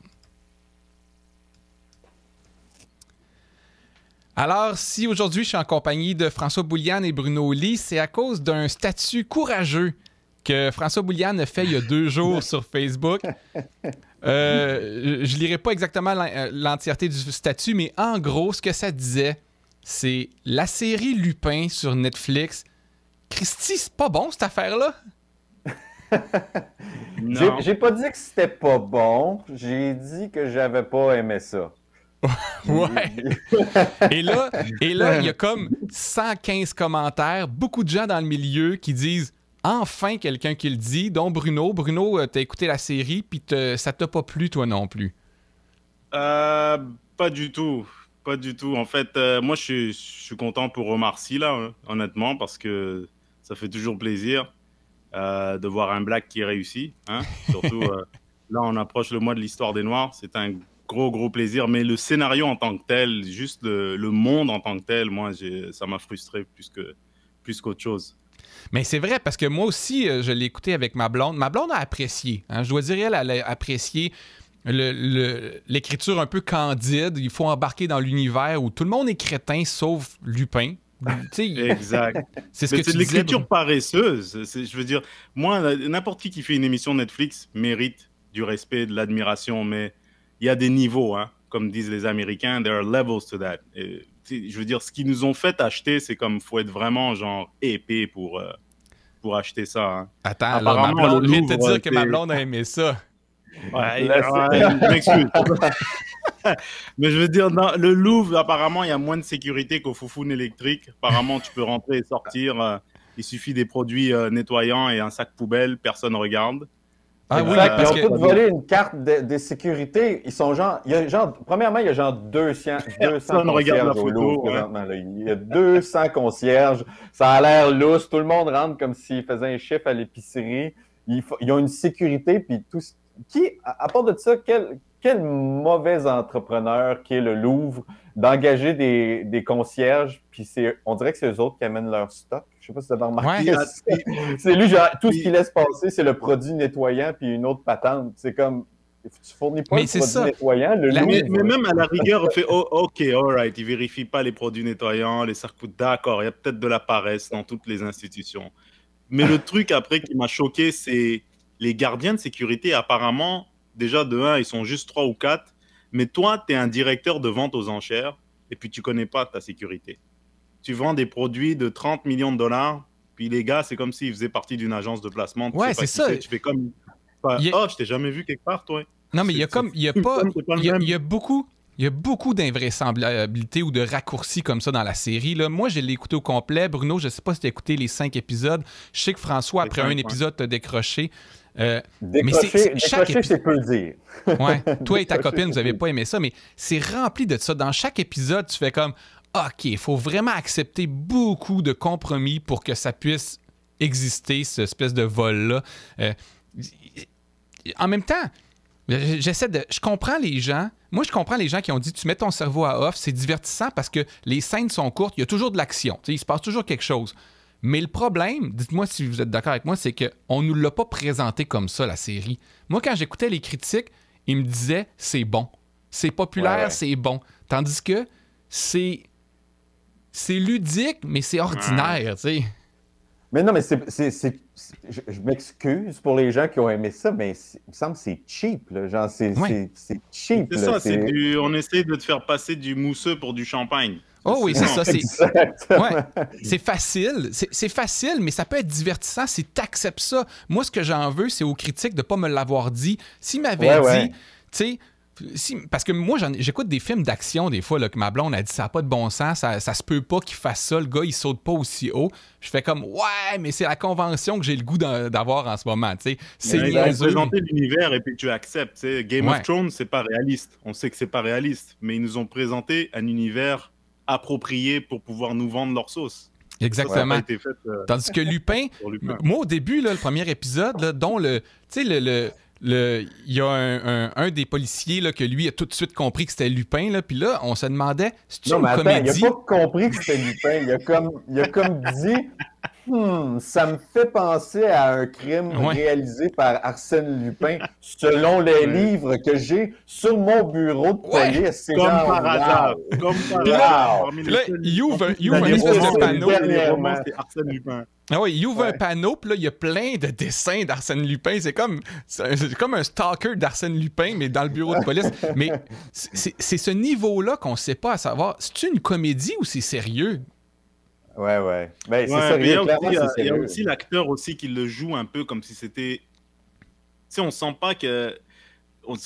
Alors, si aujourd'hui je suis en compagnie de François Bouliane et Bruno Lee, c'est à cause d'un statut courageux que François Bouliane a fait il y a 2 jours sur Facebook. Je ne lirai pas exactement l'entièreté du statut, mais en gros, ce que ça disait, c'est la série Lupin sur Netflix. Christy, c'est pas bon cette affaire-là? Non. J'ai pas dit que c'était pas bon, j'ai dit que j'avais pas aimé ça. Ouais. Et là, il y a comme 115 commentaires, beaucoup de gens dans le milieu qui disent enfin quelqu'un qui le dit, dont Bruno. Bruno, t'as écouté la série, puis ça t'a pas plu, toi non plus? Pas du tout. Pas du tout. En fait, moi, je suis content pour Omar Sy, là, hein, honnêtement, parce que ça fait toujours plaisir de voir un Black qui réussit. Hein. Surtout, là, on approche le mois de l'histoire des Noirs. C'est un gros plaisir. Mais le scénario en tant que tel, juste le monde en tant que tel, moi, ça m'a frustré plus qu'autre chose. Mais c'est vrai, parce que moi aussi, je l'ai écouté avec ma blonde. Ma blonde a apprécié. Hein. Je dois dire, elle a apprécié l'écriture un peu candide. Il faut embarquer dans l'univers où tout le monde est crétin, sauf Lupin. Exact. C'est ce que tu de l'écriture paresseuse. Je veux dire, moi, n'importe qui fait une émission Netflix mérite du respect, de l'admiration, mais il y a des niveaux, hein. Comme disent les Américains, there are levels to that. Et je veux dire, ce qu'ils nous ont fait acheter, c'est comme, faut être vraiment genre épais pour acheter ça. Hein. Attends, là, Apparemment, ma blonde le vient de te Louvre, dire que ma c'est- blonde a aimé ça. Ouais, Là, je m'excuse. Mais je veux dire, dans le Louvre, apparemment, il y a moins de sécurité qu'au Foufoune électrique. Apparemment, tu peux rentrer et sortir. Il suffit des produits nettoyants et un sac poubelle, personne ne regarde. Ah oui, Exact. parce Ils que... ont tous volé une carte de sécurité. Ils sont genre, premièrement, il y a genre 200 Personne regarde la concierges au photo, Louvre ouais. présentement. Là. Il y a 200 concierges. Ça a l'air lousse. Tout le monde rentre comme s'ils faisaient un chiffre à l'épicerie. Ils ont une sécurité. Puis tout. À part de ça, quel mauvais entrepreneur qui est le Louvre d'engager des concierges. Puis on dirait que c'est eux autres qui amènent leur stock. Je sais pas si vous avez remarqué. Ouais. C'est lui, genre, tout ce qu'il laisse passer, c'est le produit nettoyant puis une autre patente. C'est comme, tu fournis pas Mais le c'est produit ça. nettoyant, le Louvre. Mais même à la rigueur, on fait OK, alright, ils vérifient pas les produits nettoyants, les circuits. D'accord, il y a peut-être de la paresse dans toutes les institutions. Mais le truc après qui m'a choqué, c'est les gardiens de sécurité. Apparemment, déjà de 1, ils sont juste 3 ou 4. Mais toi, tu es un directeur de vente aux enchères et puis tu connais pas ta sécurité. Tu vends des produits de 30 millions de dollars, puis les gars, c'est comme s'ils faisaient partie d'une agence de placement. Tu Ouais, sais pas c'est qui ça. c'est. Tu fais comme, Il y a- oh, je t'ai jamais vu quelque part, toi. Non, mais il y a comme... Il y a pas... c'est pas le Il y a, même. il y a beaucoup... Il y a beaucoup d'invraisemblabilité ou de raccourcis comme ça dans la série. Là. Moi, je l'ai écouté au complet. Bruno, je sais pas si tu as écouté les 5 épisodes. Je sais que François, Les après 5, un ouais. épisode, t'as décroché. Décrocher, chaque c'est peu le dire. Ouais. Toi et ta Décrocher, copine, vous c'est n'avez peu. pas aimé ça, mais c'est rempli de ça. Dans chaque épisode, tu fais comme OK, il faut vraiment accepter beaucoup de compromis pour que ça puisse exister, cette espèce de vol-là. En même temps, je comprends les gens. Moi, je comprends les gens qui ont dit tu mets ton cerveau à off, c'est divertissant parce que les scènes sont courtes, il y a toujours de l'action. Tu sais, il se passe toujours quelque chose. Mais le problème, dites-moi si vous êtes d'accord avec moi, c'est qu'on ne nous l'a pas présenté comme ça, la série. Moi, quand j'écoutais les critiques, ils me disaient c'est bon. C'est populaire, Ouais. c'est bon. Tandis que c'est ludique, mais c'est ordinaire, tu sais. Mais non, mais je m'excuse pour les gens qui ont aimé ça, mais il me semble que c'est cheap. Là. Genre, c'est cheap. C'est là. ça, on essaie de te faire passer du mousseux pour du champagne. Oh oui, c'est ça. Exactement. Ouais, c'est facile. C'est facile, mais ça peut être divertissant si tu acceptes ça. Moi, ce que j'en veux, c'est aux critiques de ne pas me l'avoir dit. S'ils m'avaient dit, tu sais, parce que moi, j'écoute des films d'action des fois, là, que ma blonde a dit ça n'a pas de bon sens, ça se peut pas qu'il fasse ça, le gars, il saute pas aussi haut. Je fais comme, ouais, mais c'est la convention que j'ai le goût d'avoir en ce moment, tu sais. C'est Ils ont niaiseux. présenté l'univers et puis tu acceptes. Tu sais. Game Ouais. of Thrones, c'est pas réaliste. On sait que c'est pas réaliste, mais ils nous ont présenté un univers approprié pour pouvoir nous vendre leur sauce. Exactement. Ça n'a pas été fait Tandis que Lupin, pour Lupin. moi, au début, là, le premier épisode, là, dont tu sais, il y a un des policiers là, que lui a tout de suite compris que c'était Lupin, là, puis là, on se demandait, c'est-tu Non, une mais attends, comédie? il n'a pas compris que c'était Lupin. Il a comme dit ça me fait penser à un crime Ouais. réalisé par Arsène Lupin selon les livres que j'ai sur mon bureau de Ouais. police. C'est Comme genre, par hasard. wow. Comme par Puis là- hasard. Parmi Puis là, les seuls- il ouvre Dans un les espèce romans, de panneau. dernièrement. les romans, c'est Arsène Lupin. Ah ouais, il ouvre un Ouais. panneau, puis là, il y a plein de dessins d'Arsène Lupin. C'est comme un stalker d'Arsène Lupin, mais dans le bureau de police. Mais c'est ce niveau-là qu'on ne sait pas à savoir, c'est-tu une comédie ou c'est sérieux? Ouais. Ben, c'est Ouais, sérieux, mais clairement, c'est il y a sérieux. aussi l'acteur aussi qui le joue un peu comme si c'était. Tu sais, on sent pas que. On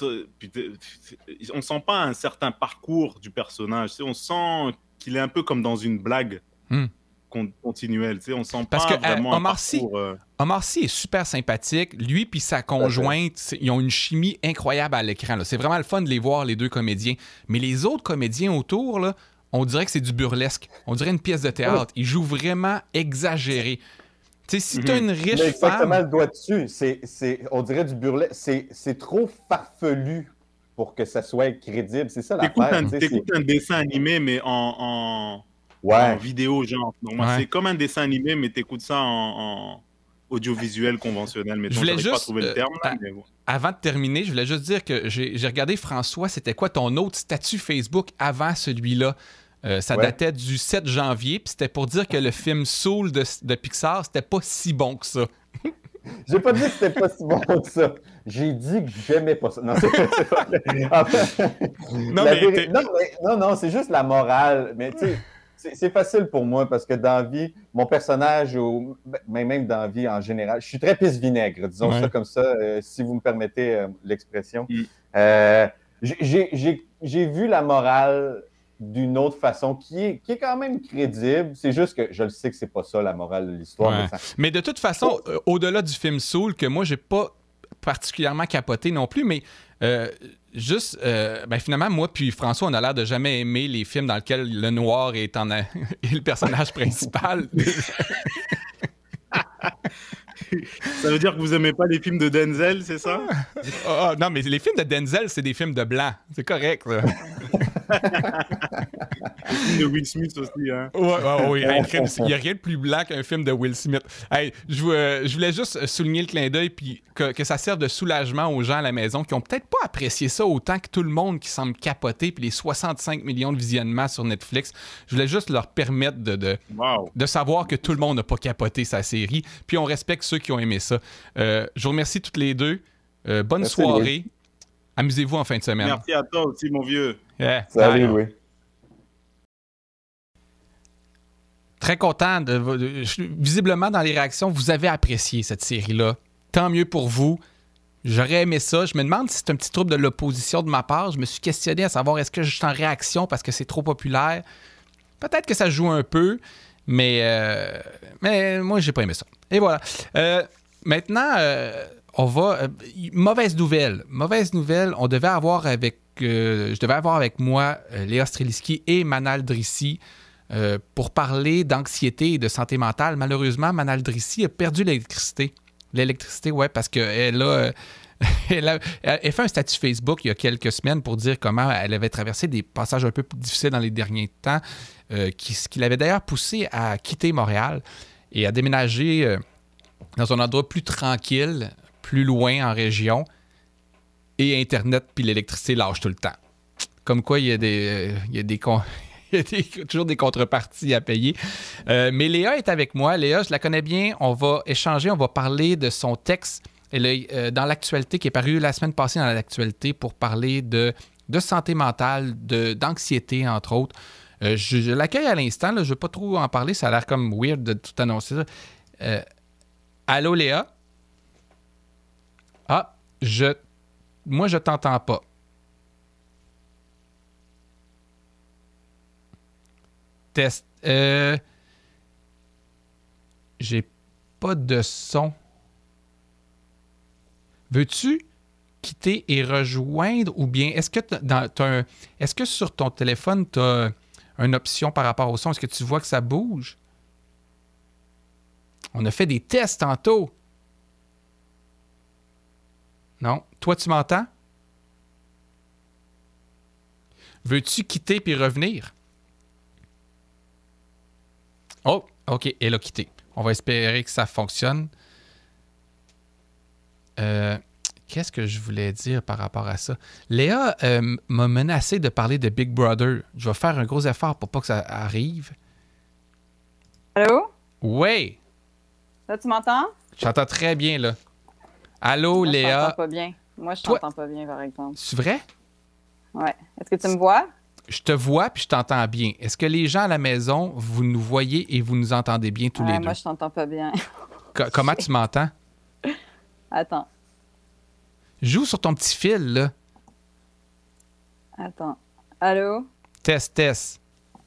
sent pas un certain parcours du personnage. Tu sais, on sent qu'il est un peu comme dans une blague continuelle. Tu sais, on sent Parce pas que, vraiment un Omar Sy- parcours. Omar Sy est super sympathique. Lui puis sa conjointe, ils ont une chimie incroyable à l'écran, là. C'est vraiment le fun de les voir, les deux comédiens. Mais les autres comédiens autour, là, on dirait que c'est du burlesque. On dirait une pièce de théâtre. Ils jouent vraiment exagéré. Tu sais, si t'as une Mais riche exactement femme... le doigt dessus. On dirait du burlesque. C'est trop farfelu pour que ça soit crédible. C'est ça l'affaire. T'écoutes un dessin animé, mais en Ouais. vidéo, genre. Donc, moi, Ouais. c'est comme un dessin animé, mais t'écoutes ça en audiovisuel conventionnel. Mais Je voulais j'arrive pas à juste, trouver le terme. Là, mais bon. Avant de terminer, je voulais juste dire que j'ai regardé, François, c'était quoi ton autre statut Facebook avant celui-là? Ça Ouais. datait du 7 janvier, puis c'était pour dire que le film Soul de Pixar, c'était pas si bon que ça. J'ai pas dit que c'était pas si bon que ça. J'ai dit que j'aimais pas ça. Non, c'est pas vrai. Non, c'est juste la morale. Mais tu sais, c'est facile pour moi parce que dans la vie, mon personnage, même dans la vie en général, je suis très pisse-vinaigre, disons ça comme ça, si vous me permettez l'expression. J'ai vu la morale d'une autre façon qui est quand même crédible. C'est juste que je le sais que c'est pas ça la morale de l'histoire. Ouais. Mais de toute façon, au-delà du film Soul, que moi, j'ai pas particulièrement capoté non plus, mais finalement, moi puis François, on a l'air de jamais aimer les films dans lesquels le noir est le personnage principal. Ça veut dire que vous aimez pas les films de Denzel, c'est ça? Non, mais les films de Denzel, c'est des films de blanc. C'est correct, ça. Les films de Will Smith aussi, hein? Oui. Il n'y a rien de plus blanc qu'un film de Will Smith. Hey, je voulais juste souligner le clin d'œil puis que ça serve de soulagement aux gens à la maison qui ont peut-être pas apprécié ça autant que tout le monde qui semble capoter puis les 65 millions de visionnements sur Netflix. Je voulais juste leur permettre de savoir que tout le monde n'a pas capoté sa série. Puis on respecte ceux qui ont aimé ça. Je vous remercie toutes les deux. Bonne soirée. Amusez-vous en fin de semaine. Merci à toi aussi, mon vieux. Yeah. Salut, oui. Très content. Visiblement, dans les réactions, vous avez apprécié cette série-là. Tant mieux pour vous. J'aurais aimé ça. Je me demande si c'est un petit trouble de l'opposition de ma part. Je me suis questionné à savoir est-ce que je suis en réaction parce que c'est trop populaire. Peut-être que ça joue un peu, mais moi, j'ai pas aimé ça. Et voilà. Maintenant, on va... mauvaise nouvelle. On devait avoir je devais avoir avec moi Léa Streliski et Manal Drissi pour parler d'anxiété et de santé mentale. Malheureusement, Manal Drissi a perdu l'électricité. L'électricité, oui, parce qu'elle elle fait un statut Facebook il y a quelques semaines pour dire comment elle avait traversé des passages un peu plus difficiles dans les derniers temps, ce qui l'avait d'ailleurs poussé à quitter Montréal et à déménager dans un endroit plus tranquille, plus loin en région, et Internet puis l'électricité lâche tout le temps. Comme quoi, il y a toujours des contreparties à payer. Mais Léa est avec moi. Léa, je la connais bien. On va échanger, on va parler de son texte dans l'actualité, qui est paru la semaine passée dans l'actualité pour parler de santé mentale, d'anxiété, entre autres. Je l'accueille à l'instant. Là, je ne veux pas trop en parler. Ça a l'air comme weird de tout annoncer ça. Allô, Léa? Ah, moi, je t'entends pas. Test. J'ai pas de son. Veux-tu quitter et rejoindre ou bien est-ce que sur ton téléphone, tu as une option par rapport au son? Est-ce que tu vois que ça bouge? On a fait des tests tantôt. Non? Toi, tu m'entends? Veux-tu quitter puis revenir? Oh, OK, elle a quitté. On va espérer que ça fonctionne. Qu'est-ce que je voulais dire par rapport à ça? Léa m'a menacé de parler de Big Brother. Je vais faire un gros effort pour pas que ça arrive. Allô? Oui! Là, tu m'entends? Je t'entends très bien, là. Allô, Moi, Léa? Je t'entends pas bien. Moi, je t'entends pas bien, par exemple. C'est vrai? Ouais. Est-ce que tu me vois? Je te vois puis je t'entends bien. Est-ce que les gens à la maison, vous nous voyez et vous nous entendez bien tous les deux? Moi, je t'entends pas bien. Comment tu m'entends? Attends. Joue sur ton petit fil, là. Attends. Allô? Test.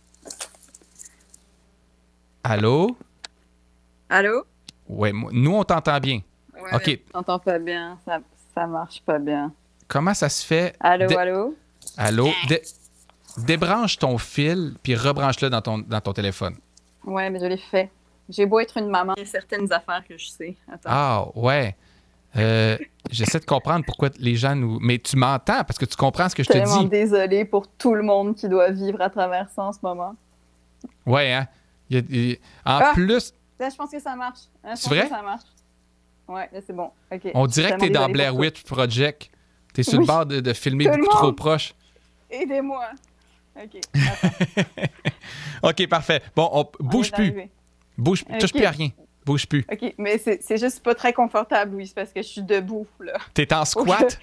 Allô? Allô? Ouais, nous, on t'entend bien. Ouais, OK. je t'entends pas bien. Ça marche pas bien. Comment ça se fait? Allô? Allô? Débranche ton fil puis rebranche-le dans ton téléphone. Ouais, mais je l'ai fait. J'ai beau être une maman, il y a certaines affaires que je sais. Attends. Ah, ouais. J'essaie de comprendre pourquoi les gens nous... Mais tu m'entends parce que tu comprends ce que je te dis. Je suis tellement désolée pour tout le monde qui doit vivre à travers ça en ce moment. Ouais, hein? En plus... Là, je pense que ça marche. C'est vrai? Ça marche. Ouais, là, c'est bon. OK. On dirait que t'es dans Blair Witch Project. T'es sur le bord de filmer beaucoup trop proche. Aidez-moi. OK. OK, parfait. Bon, bouge plus. Touche plus à rien. Bouge plus. OK, mais c'est juste pas très confortable, Louis, c'est parce que je suis debout, là. T'es en squat?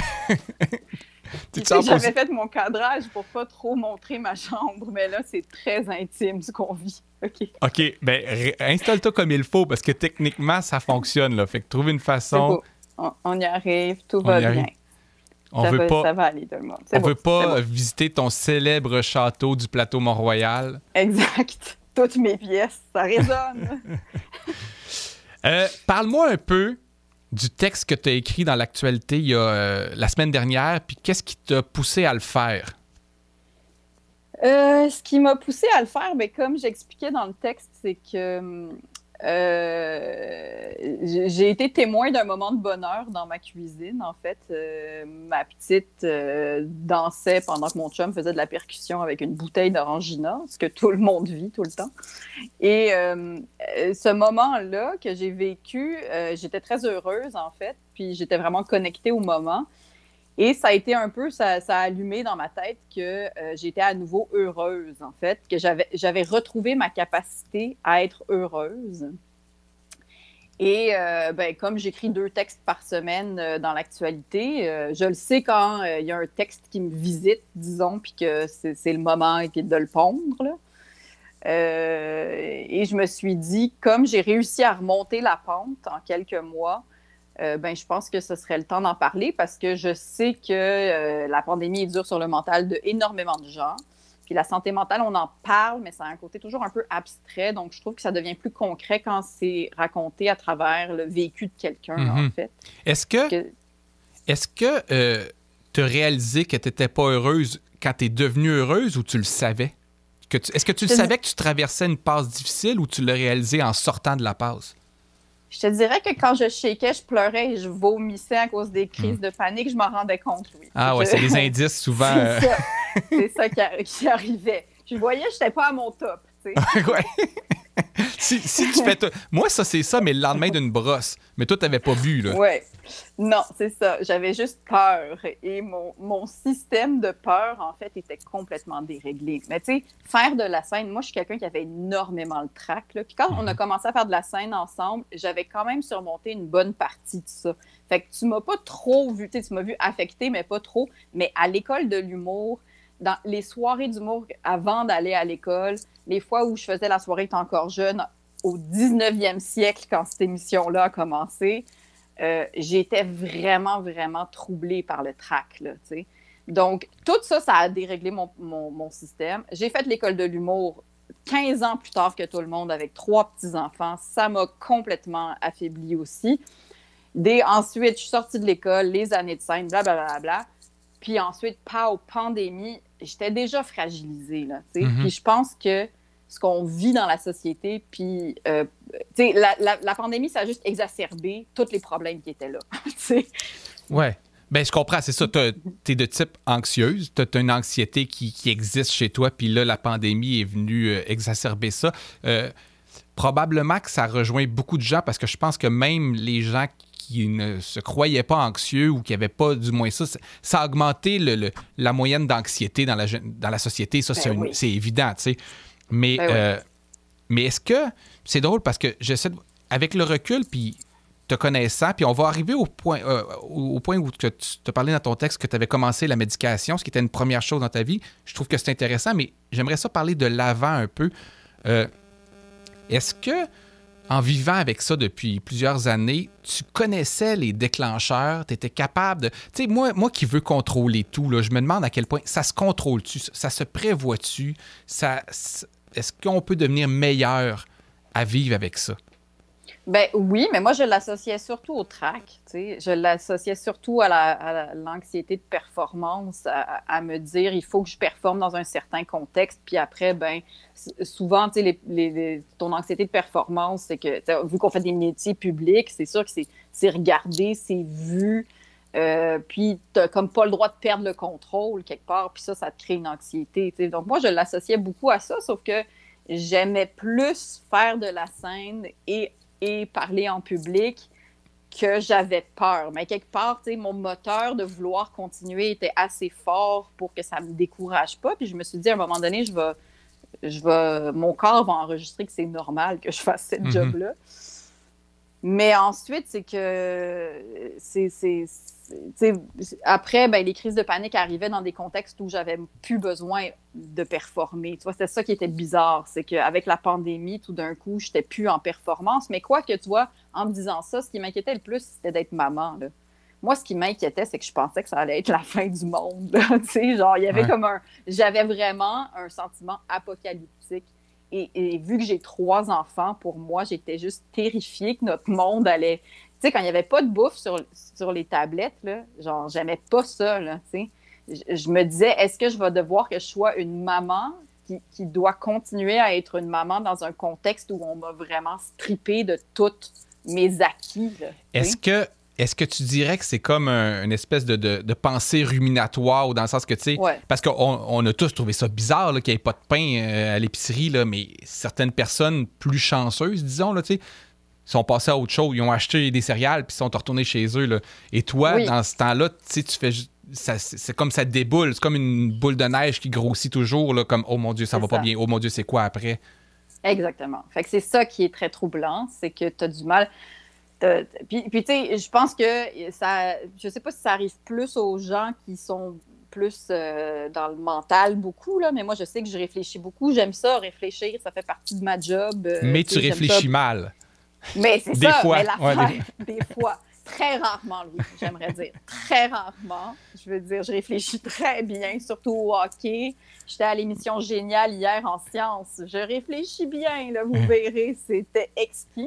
J'avais fait mon cadrage pour pas trop montrer ma chambre, mais là, c'est très intime ce qu'on vit. OK, ben installe-toi comme il faut, parce que techniquement, ça fonctionne, là. Fait que trouve une façon... On y arrive, tout va bien. Ça va aller, tout le monde. On veut pas visiter ton célèbre château du plateau Mont-Royal. Exact. Toutes mes pièces, ça résonne. Parle-moi un peu du texte que tu as écrit dans l'actualité il y a, la semaine dernière, puis qu'est-ce qui t'a poussé à le faire? Ce qui m'a poussé à le faire, ben, comme j'expliquais dans le texte, c'est que j'ai été témoin d'un moment de bonheur dans ma cuisine. En fait, ma petite dansait pendant que mon chum faisait de la percussion avec une bouteille d'orangina, ce que tout le monde vit tout le temps. Et ce moment-là que j'ai vécu, j'étais très heureuse, en fait, puis j'étais vraiment connectée au moment. Et ça a été un peu, ça a allumé dans ma tête que j'étais à nouveau heureuse, en fait, que j'avais retrouvé ma capacité à être heureuse. Et comme j'écris 2 textes par semaine dans l'actualité, je le sais quand il y a un texte qui me visite, disons, puis que c'est le moment de le pondre, là. Et je me suis dit, comme j'ai réussi à remonter la pente en quelques mois, je pense que ce serait le temps d'en parler parce que je sais que la pandémie est dure sur le mental d'énormément de gens. Puis la santé mentale, on en parle, mais ça a un côté toujours un peu abstrait. Donc, je trouve que ça devient plus concret quand c'est raconté à travers le vécu de quelqu'un, en fait. Est-ce que tu as réalisé que tu n'étais pas heureuse quand tu es devenue heureuse ou tu le savais? Est-ce que tu le savais que tu traversais une passe difficile ou tu l'as réalisé en sortant de la passe? Je te dirais que quand je shakeais, je pleurais et je vomissais à cause des crises de panique. Je m'en rendais compte, oui. Ah ouais, c'est des indices souvent. C'est ça qui arrivait. Je voyais que je n'étais pas à mon top. Tu sais. Ouais. si tu fais... Moi, ça, c'est ça, mais le lendemain d'une brosse. Mais toi, tu n'avais pas bu, là. Oui. Non, c'est ça. J'avais juste peur. Et mon système de peur, en fait, était complètement déréglé. Mais tu sais, faire de la scène, moi, je suis quelqu'un qui avait énormément le trac. Là. Puis quand on a commencé à faire de la scène ensemble, j'avais quand même surmonté une bonne partie de ça. Fait que tu m'as pas trop vu, tu m'as vu affectée, mais pas trop. Mais à l'école de l'humour, dans les soirées d'humour avant d'aller à l'école, les fois où je faisais la soirée étant encore jeune, au 19e siècle, quand cette émission-là a commencé, j'étais vraiment, vraiment troublée par le trac, là, tu sais. Donc, tout ça, ça a déréglé mon système. J'ai fait l'école de l'humour 15 ans plus tard que tout le monde, avec 3 petits-enfants. Ça m'a complètement affaiblie aussi. Ensuite, je suis sortie de l'école, les années de scène, blablabla. Puis ensuite, pandémie, j'étais déjà fragilisée, là, tu sais. Puis je pense que ce qu'on vit dans la société, puis, tu sais, la pandémie, ça a juste exacerbé tous les problèmes qui étaient là, tu sais. Ouais. Bien, je comprends, c'est ça. T'es de type anxieuse, t'as une anxiété qui existe chez toi, puis là, la pandémie est venue exacerber ça. Probablement que ça rejoint beaucoup de gens, parce que je pense que même les gens qui ne se croyaient pas anxieux ou qui n'avaient pas du moins ça a augmenté la moyenne d'anxiété dans la société. Ça, c'est évident, tu sais. Mais, mais est-ce que... C'est drôle parce que avec le recul, puis te connaissant, puis on va arriver au point où tu te parlais dans ton texte que tu avais commencé la médication, ce qui était une première chose dans ta vie. Je trouve que c'est intéressant, mais j'aimerais ça parler de l'avant un peu. Est-ce que, en vivant avec ça depuis plusieurs années, tu connaissais les déclencheurs, tu étais capable de... Tu sais, moi qui veux contrôler tout, là, je me demande à quel point ça se contrôle-tu, ça se prévoit-tu, est-ce qu'on peut devenir meilleur à vivre avec ça? Ben oui, mais moi, je l'associais surtout au trac, tu sais. Je l'associais surtout à l'anxiété de performance, à me dire, il faut que je performe dans un certain contexte, puis après, ben souvent, tu sais, ton anxiété de performance, c'est que, vu qu'on fait des métiers publics, c'est sûr que c'est regardé, c'est vu, puis t'as comme pas le droit de perdre le contrôle quelque part, puis ça te crée une anxiété, tu sais. Donc moi, je l'associais beaucoup à ça, sauf que j'aimais plus faire de la scène et parler en public que j'avais peur. Mais quelque part, tu sais, mon moteur de vouloir continuer était assez fort pour que ça me décourage pas. Puis je me suis dit, à un moment donné, mon corps va enregistrer que c'est normal que je fasse cette job-là. Mais ensuite, c'est que après, ben, les crises de panique arrivaient dans des contextes où j'avais plus besoin de performer. Tu vois, c'était ça qui était bizarre, c'est qu'avec la pandémie, tout d'un coup, je n'étais plus en performance. Mais quoi que, tu vois, en me disant ça, ce qui m'inquiétait le plus, c'était d'être maman, là. Moi, ce qui m'inquiétait, c'est que je pensais que ça allait être la fin du monde. Tu sais, genre, il y avait j'avais vraiment un sentiment apocalyptique. Et vu que j'ai 3 enfants, pour moi, j'étais juste terrifiée que notre monde allait... Tu sais, quand il n'y avait pas de bouffe sur les tablettes, là, genre, j'aimais pas ça, là, tu sais. Je me disais, est-ce que je vais devoir que je sois une maman qui doit continuer à être une maman dans un contexte où on m'a vraiment strippé de tous mes acquis, là, Est-ce que tu dirais que c'est comme une espèce de pensée ruminatoire, ou dans le sens que, tu sais, parce qu'on a tous trouvé ça bizarre là, qu'il n'y ait pas de pain à l'épicerie, là, mais certaines personnes plus chanceuses, disons, là, tu sais, sont passées à autre chose. Ils ont acheté des céréales puis sont retournés chez eux. Là. Et toi, dans ce temps-là, tu sais, tu fais c'est comme ça déboule. C'est comme une boule de neige qui grossit toujours, là, comme « Oh mon Dieu, ça va pas bien. Oh mon Dieu, c'est quoi après? » Exactement. Fait que c'est ça qui est très troublant, c'est que tu as du mal... Puis tu sais, je pense que ça... Je sais pas si ça arrive plus aux gens qui sont plus dans le mental beaucoup, là, mais moi, je sais que je réfléchis beaucoup. J'aime ça, réfléchir. Ça fait partie de ma job. Mais tu réfléchis mal. Mais c'est des ça. Fois. Mais l'affaire, des fois. Très rarement, Louis, j'aimerais dire. Très rarement. Je veux dire, je réfléchis très bien, surtout au hockey. J'étais à l'émission Géniale hier en sciences. Je réfléchis bien, là, vous verrez. C'était exquis.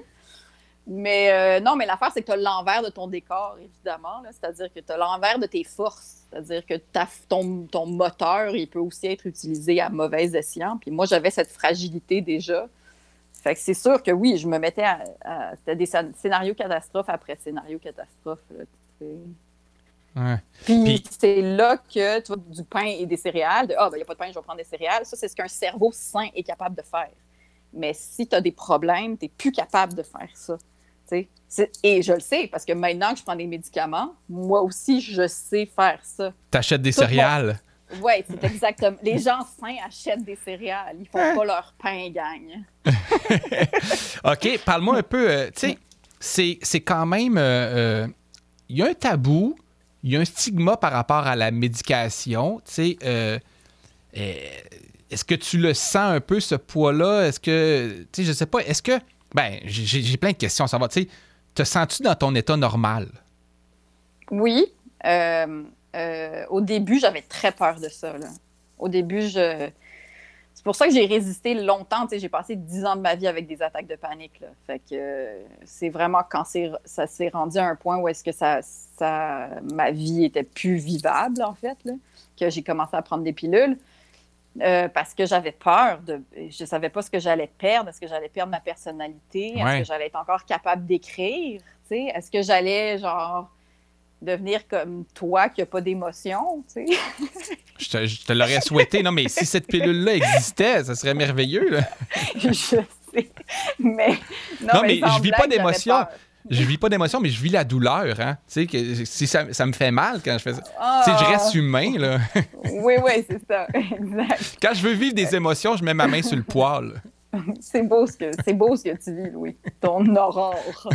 Mais non, mais l'affaire, c'est que tu as l'envers de ton décor, évidemment. Là. C'est-à-dire que tu as l'envers de tes forces. C'est-à-dire que ton moteur, il peut aussi être utilisé à mauvais escient. Puis moi, j'avais cette fragilité déjà. Fait que c'est sûr que oui, je me mettais c'était des scénarios catastrophes après scénarios catastrophes. Puis c'est là que tu vois, du pain et des céréales, il n'y a pas de pain, je vais prendre des céréales. Ça, c'est ce qu'un cerveau sain est capable de faire. Mais si tu as des problèmes, tu n'es plus capable de faire ça. Et je le sais, parce que maintenant que je prends des médicaments, moi aussi, je sais faire ça. T'achètes des céréales? Oui, c'est exactement. Les gens sains achètent des céréales. Ils font pas leur pain gagne. OK, parle-moi un peu. Tu sais, c'est quand même... Il y a un tabou, il y a un stigma par rapport à la médication. Tu sais, est-ce que tu le sens un peu, ce poids-là? Est-ce que... Tu sais, je sais pas. Est-ce que... Ben, j'ai plein de questions à savoir. Tu sais, te sens-tu dans ton état normal? Oui. Au début, j'avais très peur de ça. Là. Au début, c'est pour ça que j'ai résisté longtemps. J'ai passé 10 ans de ma vie avec des attaques de panique. Là. Fait que c'est vraiment quand ça s'est rendu à un point où est-ce que ma vie était plus vivable, en fait, là, que j'ai commencé à prendre des pilules. Parce que j'avais peur je ne savais pas ce que j'allais perdre. Est-ce que j'allais perdre ma personnalité? Est-ce que j'allais être encore capable d'écrire? T'sais? Est-ce que j'allais, genre, devenir comme toi qui n'a pas d'émotion? Je te l'aurais souhaité. Non, mais si cette pilule-là existait, ça serait merveilleux. Là. Je sais. Mais je vis pas d'émotion. Je vis pas d'émotion, mais je vis la douleur. Hein? Tu sais, que si ça me fait mal quand je fais ça. Tu sais, je reste humain, là. Oui, c'est ça. Exact. Quand je veux vivre des émotions, je mets ma main sur le poil. C'est beau ce que tu vis, Louis. Ton aurore.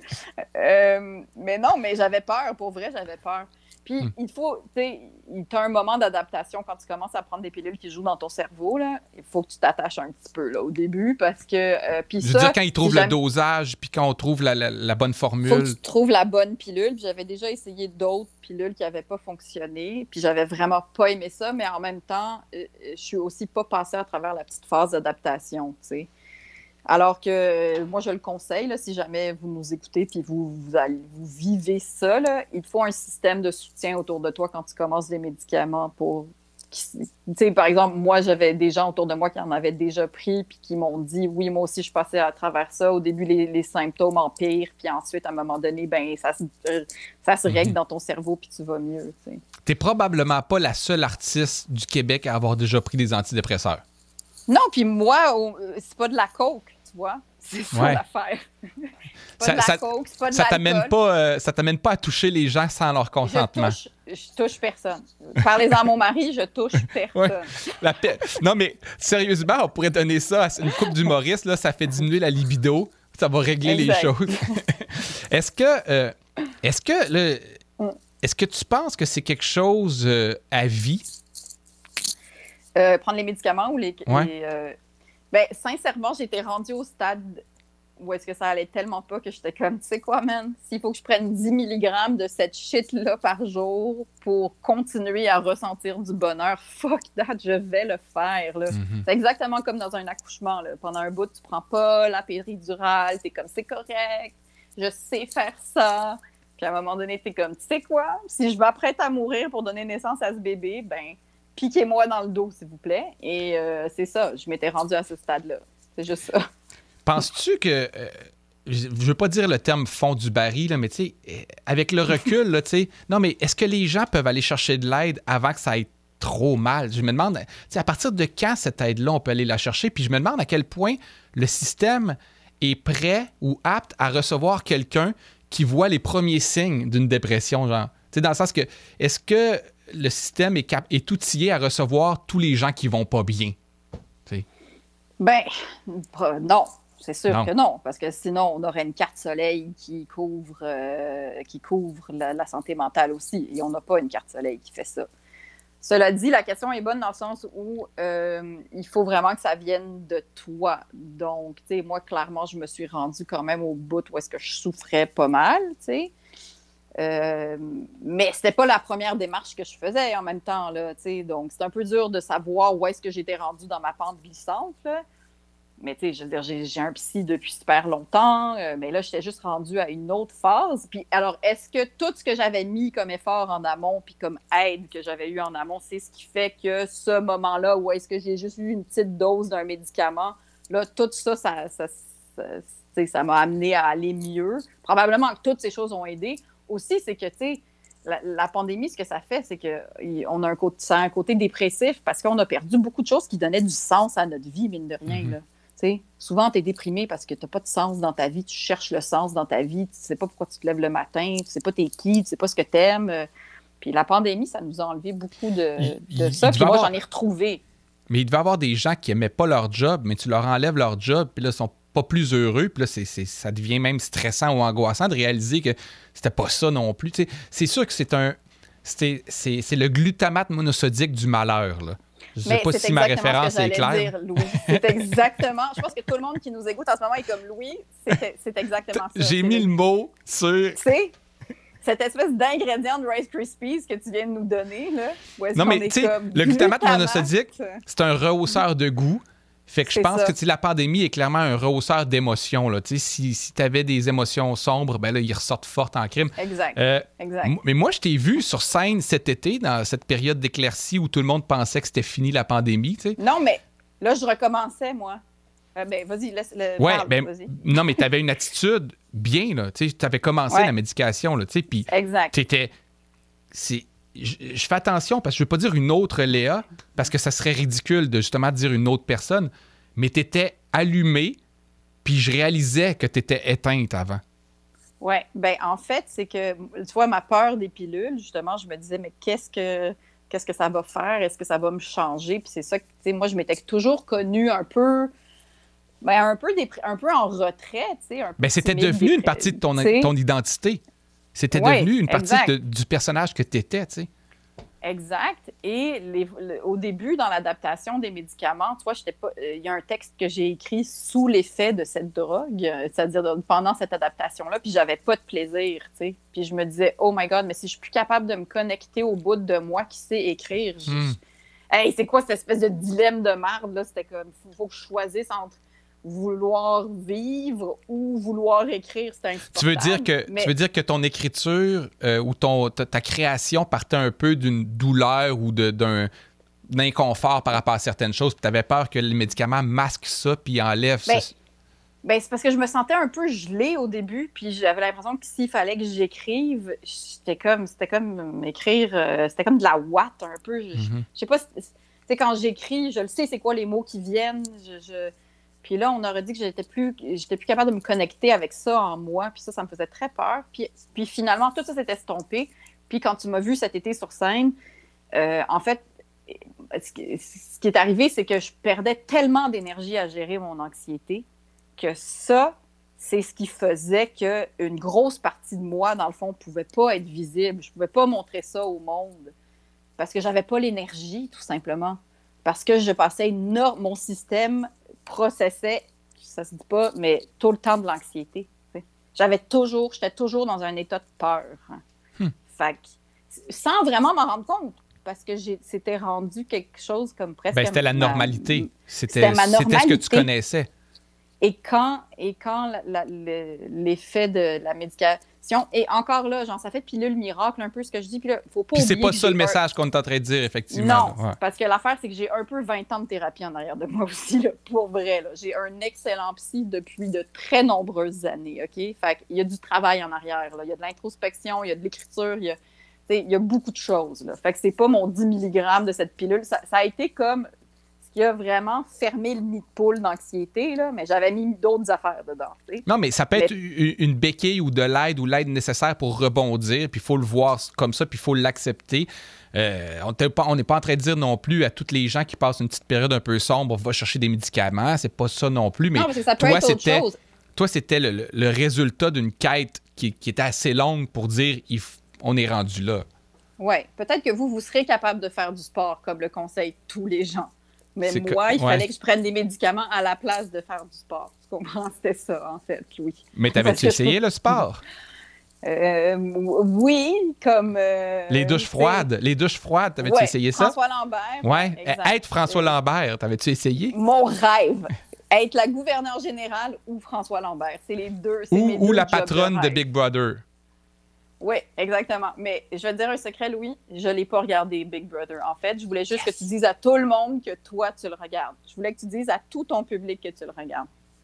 Mais non, mais j'avais peur. Pour vrai, j'avais peur. Puis, il faut, tu sais, tu as un moment d'adaptation quand tu commences à prendre des pilules qui jouent dans ton cerveau, là. Il faut que tu t'attaches un petit peu, là, au début, parce que... je veux dire, quand ils trouvent le dosage, puis quand on trouve la bonne formule... Il faut que tu trouves la bonne pilule. Puis j'avais déjà essayé d'autres pilules qui n'avaient pas fonctionné, puis j'avais vraiment pas aimé ça, mais en même temps, je suis aussi pas passée à travers la petite phase d'adaptation, tu sais. Alors que moi, je le conseille, là, si jamais vous nous écoutez puis vous vivez ça, là, il faut un système de soutien autour de toi quand tu commences des médicaments pour... Tu sais, par exemple, moi, j'avais des gens autour de moi qui en avaient déjà pris puis qui m'ont dit, oui, moi aussi, je passais à travers ça. Au début, les symptômes empirent, puis ensuite, à un moment donné, ben ça se règle dans ton cerveau puis tu vas mieux. Tu sais. T'es probablement pas la seule artiste du Québec à avoir déjà pris des antidépresseurs. Non, puis moi, c'est pas de la coke, tu vois. C'est ça l'affaire. C'est pas de la coke, c'est pas de l'alcool. Ça t'amène pas à toucher les gens sans leur consentement. Je touche personne. Parlez-en à mon mari, je touche personne. Non, mais sérieusement, on pourrait donner ça à une couple d'humoristes, là, ça fait diminuer la libido. Ça va régler les choses. Est-ce que tu penses que c'est quelque chose à vie? Prendre les médicaments ou les... Ouais. Ben, sincèrement, j'étais rendue au stade où est-ce que ça allait tellement pas que j'étais comme, tu sais quoi, man? S'il faut que je prenne 10 mg de cette shit-là par jour pour continuer à ressentir du bonheur, fuck that, je vais le faire, là. Mm-hmm. C'est exactement comme dans un accouchement, là. Pendant un bout, tu prends pas la péridurale, t'es comme, c'est correct, je sais faire ça. Puis à un moment donné, t'es comme, tu sais quoi? Si je m'apprête à mourir pour donner naissance à ce bébé, ben, piquez-moi dans le dos, s'il vous plaît. Et c'est ça, je m'étais rendue à ce stade-là. C'est juste ça. Penses-tu que, je veux pas dire le terme fond du baril, là, mais tu sais, avec le recul, là, tu sais, non, mais est-ce que les gens peuvent aller chercher de l'aide avant que ça aille trop mal? Je me demande, tu sais, à partir de quand cette aide-là, on peut aller la chercher? Puis je me demande à quel point le système est prêt ou apte à recevoir quelqu'un qui voit les premiers signes d'une dépression, genre. Tu sais, dans le sens que, est-ce que le système est outillé à recevoir tous les gens qui vont pas bien? T'sais. Ben, non. C'est sûr Non. que non, parce que sinon, on aurait une carte soleil qui couvre la santé mentale aussi. Et on n'a pas une carte soleil qui fait ça. Cela dit, la question est bonne dans le sens où il faut vraiment que ça vienne de toi. Donc, tu sais, moi, clairement, je me suis rendue quand même au bout où est-ce que je souffrais pas mal, tu sais. Mais c'était pas la première démarche que je faisais en même temps, là, tu sais. Donc, c'est un peu dur de savoir où est-ce que j'étais rendue dans ma pente glissante, là. Mais tu sais, je veux dire, j'ai un psy depuis super longtemps, mais là, j'étais juste rendue à une autre phase. Puis alors, est-ce que tout ce que j'avais mis comme effort en amont puis comme aide que j'avais eu en amont, c'est ce qui fait que ce moment-là où est-ce que j'ai juste eu une petite dose d'un médicament, là, tout ça, ça m'a amené à aller mieux. Probablement que toutes ces choses ont aidé. Aussi, c'est que, tu sais, la pandémie, ce que ça fait, c'est qu'on a ça a un côté dépressif parce qu'on a perdu beaucoup de choses qui donnaient du sens à notre vie, mine de rien, là. T'sais, souvent, tu es déprimé parce que tu n'as pas de sens dans ta vie, tu cherches le sens dans ta vie, tu ne sais pas pourquoi tu te lèves le matin, tu ne sais pas t'es qui, tu ne sais pas ce que tu aimes. Puis la pandémie, ça nous a enlevé beaucoup de ça. Puis moi, j'en ai retrouvé. Mais il devait y avoir des gens qui n'aimaient pas leur job, mais tu leur enlèves leur job, puis là, ils sont pas plus heureux, puis là, ça devient même stressant ou angoissant de réaliser que c'était pas ça non plus. T'sais, c'est sûr que c'est le glutamate monosodique du malheur, là. Je ne sais pas si ma référence est claire. C'est exactement. Je pense que tout le monde qui nous écoute en ce moment est comme Louis. C'est exactement ça. J'ai mis le mot sur. Tu sais, cette espèce d'ingrédient de Rice Krispies que tu viens de nous donner, là. Non, mais tu sais, le glutamate monosodique, c'est un rehausseur de goût. Fait que je pense que la pandémie est clairement un rehausseur d'émotions. Là. Si tu avais des émotions sombres, ben là, ils ressortent fortes en crime. Exact. Mais moi, je t'ai vu sur scène cet été, dans cette période d'éclaircie où tout le monde pensait que c'était fini la pandémie. T'sais. Non, mais là, je recommençais, moi. Ben, vas-y, laisse-le. Ouais, parle, vas-y. Non, mais tu avais une attitude bien. Tu avais commencé la médication. Puis t'étais... Je fais attention parce que je ne veux pas dire une autre Léa parce que ça serait ridicule de justement dire une autre personne, mais tu étais allumée puis je réalisais que tu étais éteinte avant. Oui, bien en fait, c'est que, tu vois, ma peur des pilules, justement, je me disais, mais qu'est-ce que ça va faire? Est-ce que ça va me changer? Puis c'est ça que, tu sais, moi, je m'étais toujours connue un peu en retrait, tu sais. Ben, c'était devenu une partie de ton identité. C'était devenu une partie du personnage que tu étais, tu sais. Exact. Et au début, dans l'adaptation des médicaments, tu vois, il y a un texte que j'ai écrit sous l'effet de cette drogue, c'est-à-dire pendant cette adaptation-là, puis j'avais pas de plaisir, tu sais. Puis je me disais, oh my God, mais si je suis plus capable de me connecter au bout de moi qui sait écrire, hey, c'est quoi cette espèce de dilemme de merde, là? C'était comme, faut que je choisisse entre vouloir vivre ou vouloir écrire, c'est insupportable. Tu veux dire que ton écriture ou ta création partait un peu d'une douleur ou d'un inconfort par rapport à certaines choses, puis tu avais peur que les médicaments masquent ça puis enlèvent ça? Ben, c'est parce que je me sentais un peu gelée au début, puis j'avais l'impression que s'il fallait que j'écrive, c'était comme écrire, c'était comme de la ouate un peu. Je sais pas, tu sais, quand j'écris, je le sais c'est quoi les mots qui viennent, Puis là, on aurait dit que j'étais plus capable de me connecter avec ça en moi. Puis ça me faisait très peur. Puis finalement, tout ça s'est estompé. Puis quand tu m'as vu cet été sur scène, en fait, ce qui est arrivé, c'est que je perdais tellement d'énergie à gérer mon anxiété que ça c'est ce qui faisait qu'une grosse partie de moi, dans le fond, ne pouvait pas être visible. Je ne pouvais pas montrer ça au monde parce que je n'avais pas l'énergie, tout simplement. Parce que je passais mon système processait, ça se dit pas, mais tout le temps de l'anxiété. J'étais toujours dans un état de peur. Fait que, sans vraiment m'en rendre compte, parce que c'était rendu quelque chose comme presque... Ben, c'était la normalité. C'était ma normalité. C'était ce que tu connaissais. Et quand l'effet de la médication, et encore là, genre, ça fait pilule miracle un peu ce que je dis, puis là, faut pas puis oublier c'est pas ça le message qu'on est en train de dire, Non, effectivement. parce que l'affaire, c'est que j'ai un peu 20 ans de thérapie en arrière de moi aussi, là, pour vrai. Là. J'ai un excellent psy depuis de très nombreuses années, OK? Fait qu'il y a du travail en arrière, là. Il y a de l'introspection, il y a de l'écriture, il y a beaucoup de choses, là. Fait que c'est pas mon 10 mg de cette pilule. Ça a été comme... qui a vraiment fermé le nid de poule d'anxiété, là, mais j'avais mis d'autres affaires dedans. T'sais. Non, mais ça peut être une béquille ou de l'aide nécessaire pour rebondir, puis il faut le voir comme ça, puis il faut l'accepter. On n'est pas en train de dire non plus à toutes les gens qui passent une petite période un peu sombre, va chercher des médicaments, c'est pas ça non plus. Mais non, parce que ça peut être autre chose. Toi, c'était le résultat d'une quête qui était assez longue pour dire on est rendu là. Oui, peut-être que vous serez capable de faire du sport, comme le conseillent tous les gens. Mais moi, il fallait que je prenne des médicaments à la place de faire du sport. Tu comprends? C'était ça, en fait, oui. Mais t'avais-tu essayé le sport? Oui, comme... les douches froides. T'avais-tu essayé ça? François Lambert. Oui, être François Lambert, t'avais-tu essayé? Mon rêve, être la gouverneure générale ou François Lambert. C'est les deux. Ou la patronne de Big Brother. Oui, exactement. Mais je vais te dire un secret, Louis, je ne l'ai pas regardé, Big Brother. En fait, je voulais juste que tu dises à tout le monde que toi, tu le regardes. Je voulais que tu dises à tout ton public que tu le regardes.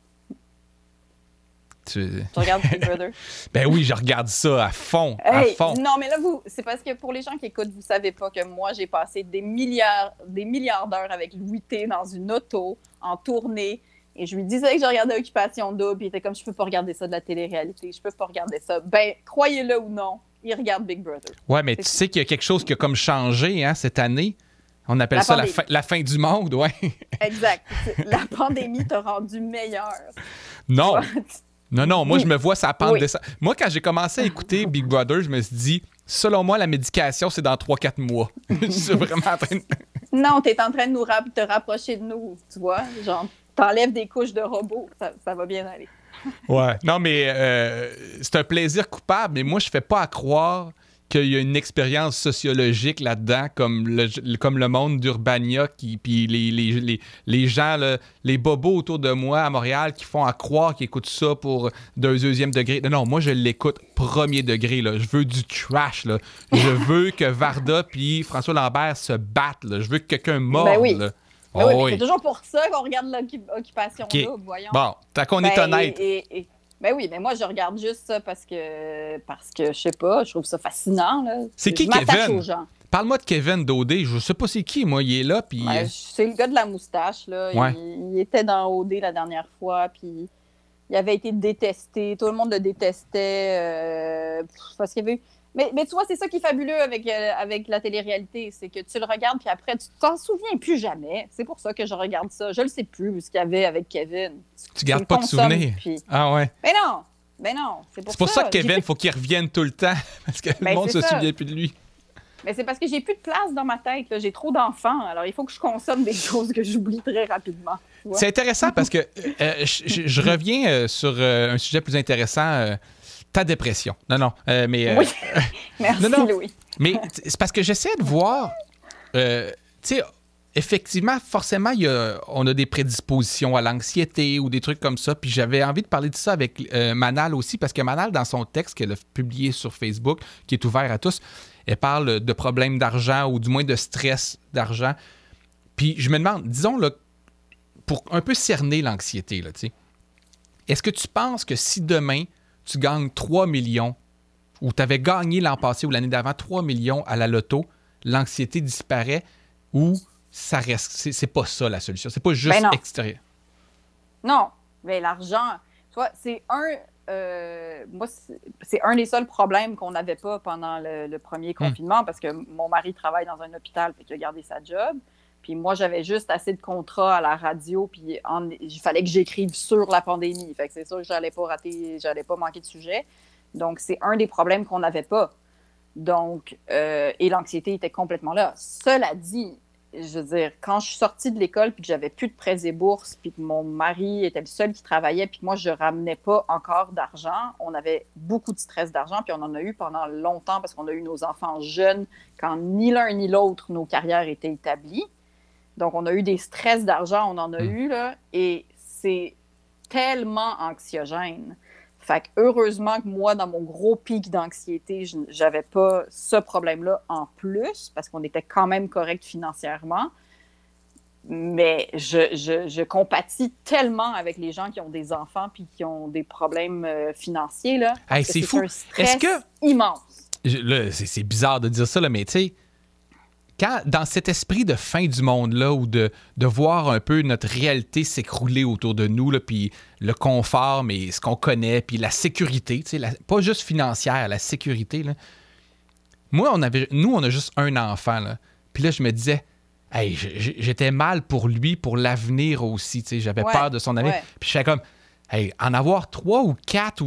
Tu regardes Big Brother? Ben oui, je regarde ça à fond, Non, mais là, c'est parce que pour les gens qui écoutent, vous ne savez pas que moi, j'ai passé des milliards d'heures avec Louis T dans une auto, en tournée. Et je lui disais que je regardais Occupation Double, puis il était comme, je peux pas regarder ça de la télé-réalité, je peux pas regarder ça. Ben, croyez-le ou non, il regarde Big Brother. Ouais, mais tu sais qu'il y a quelque chose qui a comme changé cette année. On appelle ça la fin du monde, ouais. Exact. La pandémie t'a rendu meilleur. Non. Non, moi, je me vois sa pente descendre. Moi, quand j'ai commencé à écouter Big Brother, je me suis dit, selon moi, la médication, c'est dans 3-4 mois. Je suis vraiment en train de... Non, t'es en train de te rapprocher de nous, tu vois, genre... T'enlèves des couches de robots, ça va bien aller. Ouais. Non, mais c'est un plaisir coupable, mais moi, je fais pas à croire qu'il y a une expérience sociologique là-dedans, comme le monde d'Urbania, puis les gens, là, les bobos autour de moi à Montréal qui font à croire qu'ils écoutent ça pour d'un deuxième degré. Non, moi, je l'écoute premier degré. Là. Je veux du trash. Là. Je veux que Varda puis François Lambert se battent. Là. Je veux que quelqu'un morde. Ben oui. Là. Oui, mais c'est toujours pour ça qu'on regarde l'occupation double, voyons. Bon, tant qu'on est honnête. Ben oui, mais moi, je regarde juste ça parce que je sais pas, je trouve ça fascinant. Là. C'est qui Kevin? Parle-moi de Kevin Daudé. Je sais pas c'est qui, moi. Il est là, puis... c'est le gars de la moustache, là. Ouais. Il était dans OD la dernière fois, puis il avait été détesté. Tout le monde le détestait parce qu'il y avait eu... Mais tu vois, c'est ça qui est fabuleux avec la télé-réalité, c'est que tu le regardes, puis après, tu t'en souviens plus jamais. C'est pour ça que je regarde ça. Je le sais plus, ce qu'il y avait avec Kevin. Tu gardes pas de souvenirs? Puis... Ah ouais. Mais non. C'est pour ça que Kevin, faut qu'il revienne tout le temps, parce que le monde se souvient plus de lui. Mais c'est parce que j'ai plus de place dans ma tête. Là. J'ai trop d'enfants, alors il faut que je consomme des choses que j'oublie très rapidement. C'est intéressant parce que je reviens sur un sujet plus intéressant... ta dépression. Mais... oui. Merci, Louis. Mais c'est parce que j'essaie de voir... tu sais, effectivement, forcément, on a des prédispositions à l'anxiété ou des trucs comme ça. Puis j'avais envie de parler de ça avec Manal aussi, parce que Manal, dans son texte qu'elle a publié sur Facebook, qui est ouvert à tous, elle parle de problèmes d'argent ou du moins de stress d'argent. Puis je me demande, disons, là, pour un peu cerner l'anxiété, là, tu sais, est-ce que tu penses que si demain, tu gagnes 3 millions, ou tu avais gagné l'an passé ou l'année d'avant 3 millions à la loto, l'anxiété disparaît ou ça reste? C'est pas ça la solution. C'est pas juste extérieur. Non, mais l'argent, tu vois, c'est un des seuls problèmes qu'on n'avait pas pendant le premier confinement parce que mon mari travaille dans un hôpital et qu'il a gardé sa job. Puis moi, j'avais juste assez de contrats à la radio, puis il fallait que j'écrive sur la pandémie. Fait que c'est sûr que j'allais pas manquer de sujet. Donc, c'est un des problèmes qu'on n'avait pas. Donc, et l'anxiété était complètement là. Cela dit, je veux dire, quand je suis sortie de l'école puis que j'avais plus de prêts et bourses puis que mon mari était le seul qui travaillait puis que moi, je ramenais pas encore d'argent, on avait beaucoup de stress d'argent puis on en a eu pendant longtemps parce qu'on a eu nos enfants jeunes quand ni l'un ni l'autre, nos carrières étaient établies. Donc, on a eu des stress d'argent, on en a eu, là, et c'est tellement anxiogène. Fait que heureusement que moi, dans mon gros pic d'anxiété, j'avais pas ce problème-là en plus, parce qu'on était quand même correct financièrement. Mais je compatis tellement avec les gens qui ont des enfants puis qui ont des problèmes financiers, là. Hey, c'est fou. Un stress immense. Là, c'est bizarre de dire ça, là, mais tu sais, dans cet esprit de fin du monde-là, ou de voir un peu notre réalité s'écrouler autour de nous, là, puis le confort, mais ce qu'on connaît, puis la sécurité, tu sais, pas juste financière, la sécurité, là. Moi, on a juste un enfant, là. Puis là, je me disais, hey, j'étais mal pour lui, pour l'avenir aussi, tu sais, j'avais peur de son avenir. Puis j'étais comme, hey, en avoir 3 ou 4,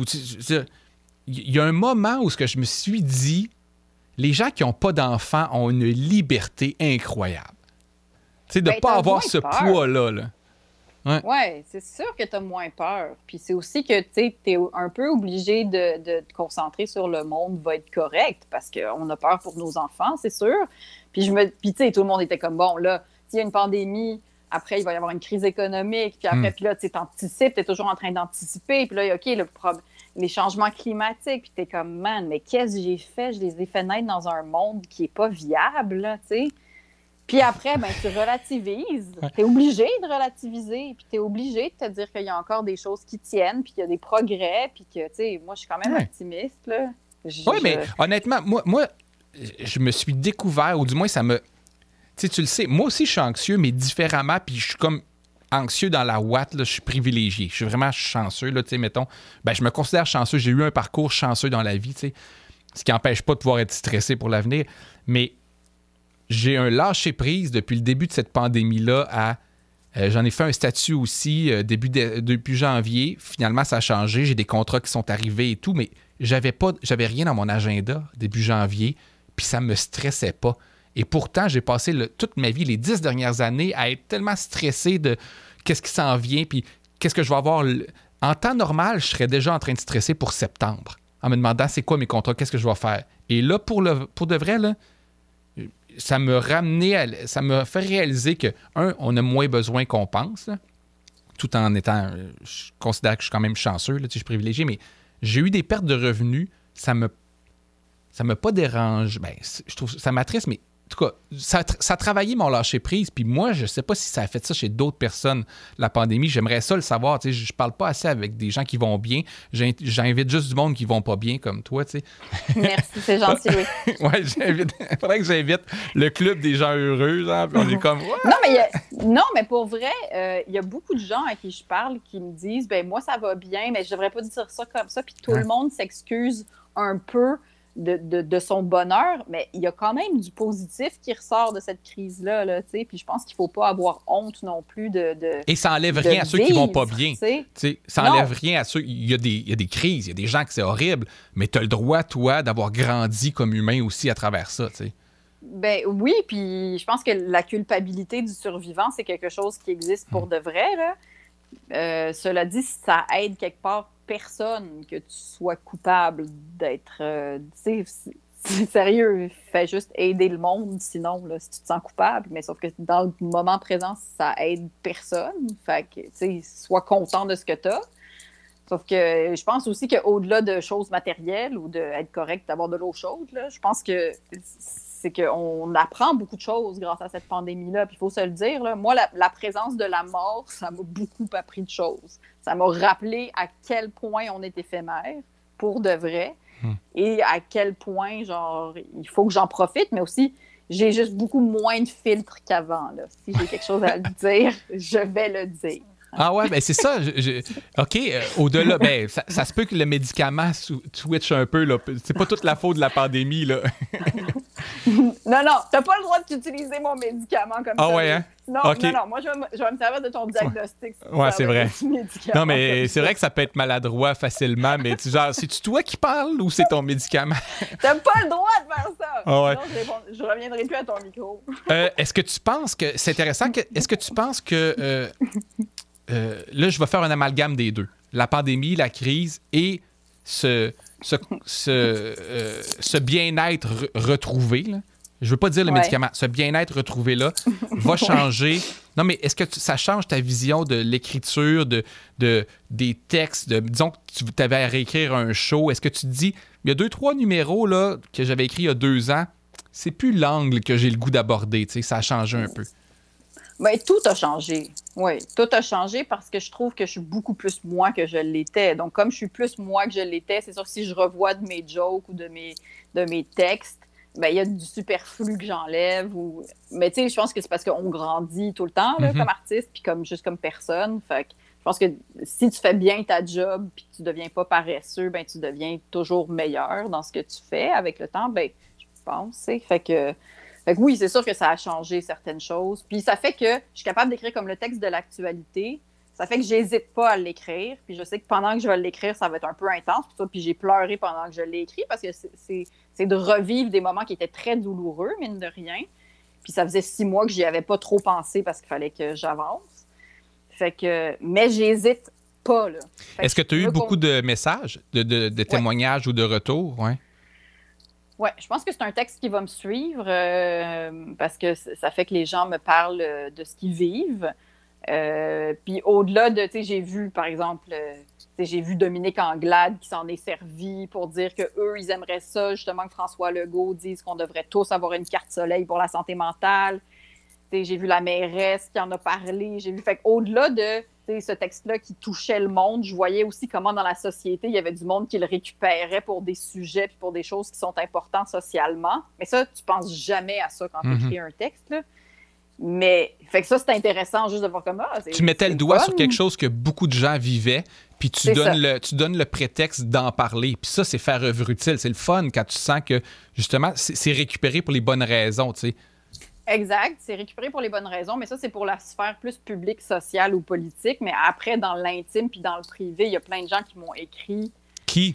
il y a un moment où je me suis dit, les gens qui n'ont pas d'enfants ont une liberté incroyable. Tu sais, de ne pas avoir ce poids-là. Là. Ouais, c'est sûr que tu as moins peur. Puis c'est aussi que tu es un peu obligé de te concentrer sur le monde va être correct parce qu'on a peur pour nos enfants, c'est sûr. Puis tu sais, tout le monde était comme, bon, là, s'il y a une pandémie, après, il va y avoir une crise économique. Puis après, puis là, tu anticipes, tu es toujours en train d'anticiper. Puis là, OK, les changements climatiques, puis t'es comme, man, mais qu'est-ce que j'ai fait? Je les ai fait naître dans un monde qui est pas viable, là, tu sais. Puis après, ben, tu relativises. T'es obligé de relativiser, puis t'es obligé de te dire qu'il y a encore des choses qui tiennent, puis qu'il y a des progrès, puis que, tu sais, moi, je suis quand même optimiste, là. Mais honnêtement, moi, je me suis découvert, ou du moins, ça me... Tu sais, tu le sais, moi aussi, je suis anxieux, mais différemment, puis je suis comme... anxieux dans la ouate, là, je suis privilégié. Je suis vraiment chanceux, là, tu sais, mettons. Ben, je me considère chanceux. J'ai eu un parcours chanceux dans la vie, tu sais. Ce qui n'empêche pas de pouvoir être stressé pour l'avenir. Mais j'ai un lâcher-prise depuis le début de cette pandémie-là j'en ai fait un statut aussi début janvier. Finalement, ça a changé. J'ai des contrats qui sont arrivés et tout, mais j'avais rien dans mon agenda début janvier, puis ça me stressait pas. Et pourtant, j'ai passé toute ma vie, les 10 dernières années, à être tellement stressé de qu'est-ce qui s'en vient, puis qu'est-ce que je vais avoir. En temps normal, je serais déjà en train de stresser pour septembre, en me demandant c'est quoi mes contrats, qu'est-ce que je vais faire. Et là, pour de vrai, là, ça me fait réaliser que, on a moins besoin qu'on pense, là, tout en étant... je considère que je suis quand même chanceux, là, je suis privilégié, mais j'ai eu des pertes de revenus, ça m'a pas dérangé. Ben, je trouve ça m'attriste, mais en tout cas, ça a travaillé mon lâcher-prise. Puis moi, je sais pas si ça a fait ça chez d'autres personnes, la pandémie. J'aimerais ça le savoir. Tu sais, je parle pas assez avec des gens qui vont bien. J'invite juste du monde qui vont pas bien, comme toi. Tu sais. Merci, c'est gentil, oui. Ouais, il faudrait que j'invite le club des gens heureux. Genre, puis on est comme... Non, mais pour vrai, il y a beaucoup de gens à qui je parle qui me disent, ben moi, ça va bien, mais je devrais pas dire ça comme ça. Puis tout le monde s'excuse un peu de son bonheur, mais il y a quand même du positif qui ressort de cette crise-là, là, tu sais, puis je pense qu'il ne faut pas avoir honte non plus de Et ça n'enlève rien à ceux qui ne vont pas bien. Ça n'enlève rien à ceux... Il y a des crises, il y a des gens que c'est horrible, mais tu as le droit, toi, d'avoir grandi comme humain aussi à travers ça, tu sais. Ben oui, puis je pense que la culpabilité du survivant, c'est quelque chose qui existe pour de vrai, là. Cela dit, ça aide quelque part personne que tu sois coupable d'être... tu sais, c'est sérieux, fais juste aider le monde, sinon, là, si tu te sens coupable. Mais sauf que dans le moment présent, ça aide personne. Fait que, tu sais, sois content de ce que tu as. Sauf que je pense aussi qu'au-delà de choses matérielles ou d'être correct, d'avoir de l'eau chaude, là, je pense que c'est qu'on apprend beaucoup de choses grâce à cette pandémie-là. Puis il faut se le dire, là, moi, la présence de la mort, ça m'a beaucoup appris de choses. Ça m'a rappelé à quel point on est éphémère, pour de vrai, et à quel point, genre, il faut que j'en profite, mais aussi, j'ai juste beaucoup moins de filtres qu'avant, là. Si j'ai quelque chose à le dire, je vais le dire. Ah ouais, ben c'est ça. OK, au-delà, ben ça se peut que le médicament switch un peu, là. C'est pas toute la faute de la pandémie, là. Non, t'as pas le droit d'utiliser mon médicament comme ça. Ah ouais, hein? Non, Okay. non, moi, je vais me servir de ton diagnostic. Ouais, c'est vrai. Non, mais c'est vrai que ça peut être maladroit facilement, mais genre, c'est-tu toi qui parles ou c'est ton médicament? T'as pas le droit de faire ça! Ah ouais. Sinon, je reviendrai plus à ton micro. Est-ce que tu penses que... C'est intéressant. Est-ce que tu penses que... là, je vais faire un amalgame des deux. La pandémie, la crise et ce bien-être retrouvé, là. Je veux pas dire le médicament, ce bien-être retrouvé-là va changer. Non, mais est-ce que ça change ta vision de l'écriture, des textes? Disons que tu avais à réécrire un show. Est-ce que tu te dis, il y a 2-3 numéros là, que j'avais écrits il y a 2 ans, c'est plus l'angle que j'ai le goût d'aborder, tu sais, ça a changé un peu. Bien, tout a changé. Oui, tout a changé parce que je trouve que je suis beaucoup plus moi que je l'étais. Donc, comme je suis plus moi que je l'étais, c'est sûr que si je revois de mes jokes ou de mes textes, ben, il y a du superflu que j'enlève. Mais tu sais, je pense que c'est parce qu'on grandit tout le temps là, comme artiste puis juste comme personne. Fait que je pense que si tu fais bien ta job puis que tu deviens pas paresseux, ben tu deviens toujours meilleur dans ce que tu fais avec le temps. Ben, je pense, Fait que oui, c'est sûr que ça a changé certaines choses. Puis ça fait que je suis capable d'écrire comme le texte de l'actualité. Ça fait que j'hésite pas à l'écrire. Puis je sais que pendant que je vais l'écrire, ça va être un peu intense. Puis j'ai pleuré pendant que je l'ai écrit parce que c'est de revivre des moments qui étaient très douloureux, mine de rien. Puis ça faisait 6 mois que j'y avais pas trop pensé parce qu'il fallait que j'avance. Fait que... Mais j'hésite pas, là. Est-ce que tu as eu beaucoup de messages, de témoignages ou de retours? Ouais. Oui, je pense que c'est un texte qui va me suivre parce que ça fait que les gens me parlent de ce qu'ils vivent. Puis au-delà de, tu sais, j'ai vu, par exemple, j'ai vu Dominique Anglade qui s'en est servi pour dire qu'eux, ils aimeraient ça, justement, que François Legault dise qu'on devrait tous avoir une carte soleil pour la santé mentale. J'ai vu la mairesse qui en a parlé. Fait qu'au-delà de ce texte-là qui touchait le monde, je voyais aussi comment dans la société, il y avait du monde qui le récupérait pour des sujets puis pour des choses qui sont importantes socialement. Mais ça, tu penses jamais à ça quand tu écris un texte, là. Mais fait que ça, c'est intéressant juste de voir comment... Tu mettais le doigt sur quelque chose que beaucoup de gens vivaient, puis tu donnes le prétexte d'en parler. Puis ça, c'est faire œuvre utile. C'est le fun quand tu sens que, justement, c'est récupéré pour les bonnes raisons, tu sais. Exact, c'est récupéré pour les bonnes raisons, mais ça, c'est pour la sphère plus publique, sociale ou politique. Mais après, dans l'intime puis dans le privé, il y a plein de gens qui m'ont écrit... Qui?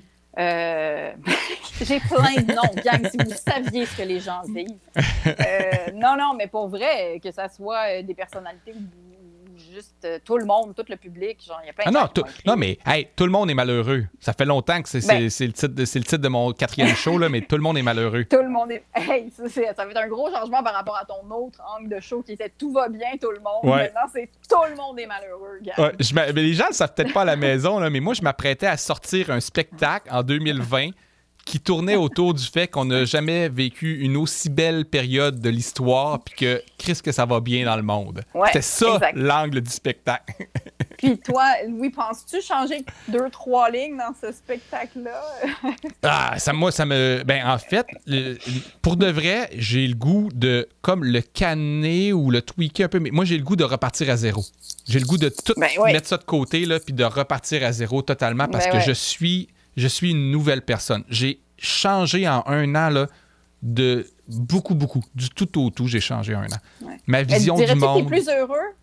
J'ai plein de noms, gang, si vous saviez ce que les gens vivent. Non, mais pour vrai, que ça soit des personnalités ou juste tout le monde, tout le public, genre, il y a plein de gens qui m'ont écrit. Non, mais hey, tout le monde est malheureux. Ça fait longtemps que c'est le titre de mon 4e show, là, mais tout le monde est malheureux. Tout le monde est... Hey, ça va être un gros changement par rapport à ton autre angle de show qui était « Tout va bien, tout le monde ouais. ». Maintenant, c'est « Tout le monde est malheureux », gang. Ouais, mais les gens ne le savent peut-être pas à la maison, là, mais moi, je m'apprêtais à sortir un spectacle en 2020 qui tournait autour du fait qu'on n'a jamais vécu une aussi belle période de l'histoire puis que Christ que ça va bien dans le monde. Ouais, c'était ça, exact. l'angle du spectacle. Puis toi, Louis, penses-tu changer 2-3 lignes dans ce spectacle-là? Moi, ça me... Ben, en fait, pour de vrai, j'ai le goût de, comme le canner ou le tweaker un peu, mais moi, j'ai le goût de repartir à zéro. J'ai le goût de tout mettre ça de côté, là, puis de repartir à zéro totalement parce que je suis une nouvelle personne. J'ai changé en 1 an, là, de beaucoup. Du tout au tout, j'ai changé en 1 an. Ouais. Ma vision du monde... Tu es plus heureux?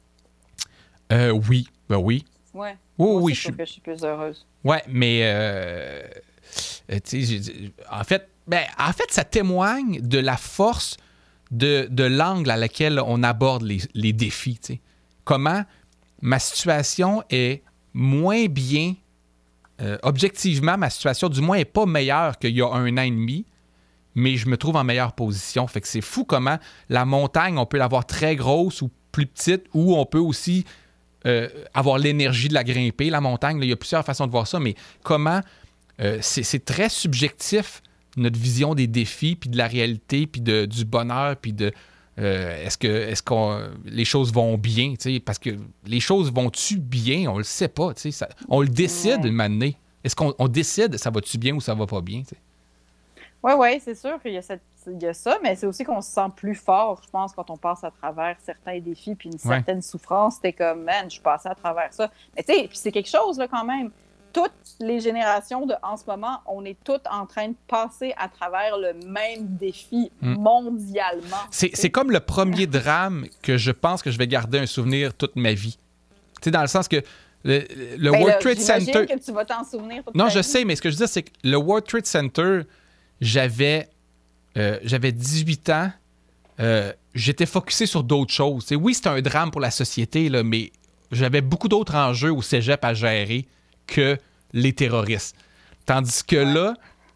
Oui. Ben oui. Ouais. Oui, je trouve que je suis plus heureuse. Ouais, mais tu sais, en fait, ça témoigne de la force de l'angle à laquelle on aborde les défis. Tu sais. Comment ma situation est moins bien, objectivement, ma situation, du moins, n'est pas meilleure qu'il y a 1 an et demi, mais je me trouve en meilleure position. Fait que c'est fou comment la montagne, on peut l'avoir très grosse ou plus petite, ou on peut aussi avoir l'énergie de la grimper, la montagne. Là, il y a plusieurs façons de voir ça, mais comment c'est très subjectif, notre vision des défis, puis de la réalité, puis du bonheur, puis de est-ce que les choses vont bien, parce que les choses vont-tu bien? On le sait pas, on le décide une année. Est-ce qu'on décide ça va-tu bien ou ça va pas bien? Oui, c'est sûr qu'il y a ça, mais c'est aussi qu'on se sent plus fort, je pense, quand on passe à travers certains défis puis une certaine souffrance. T'es comme, man, je suis passé à travers ça. Mais tu sais, puis c'est quelque chose, là, quand même. toutes les générations en ce moment, on est toutes en train de passer à travers le même défi mondialement. C'est comme le premier drame que je pense que je vais garder un souvenir toute ma vie. Tu sais, dans le sens que le World Trade Center... J'imagine que tu vas t'en souvenir toute Non, ta je vie. sais, mais ce que je veux dire, c'est que le World Trade Center, j'avais 18 ans. J'étais focusé sur d'autres choses. T'sais, oui, c'était un drame pour la société, là, mais j'avais beaucoup d'autres enjeux au cégep à gérer que les terroristes. Tandis que là,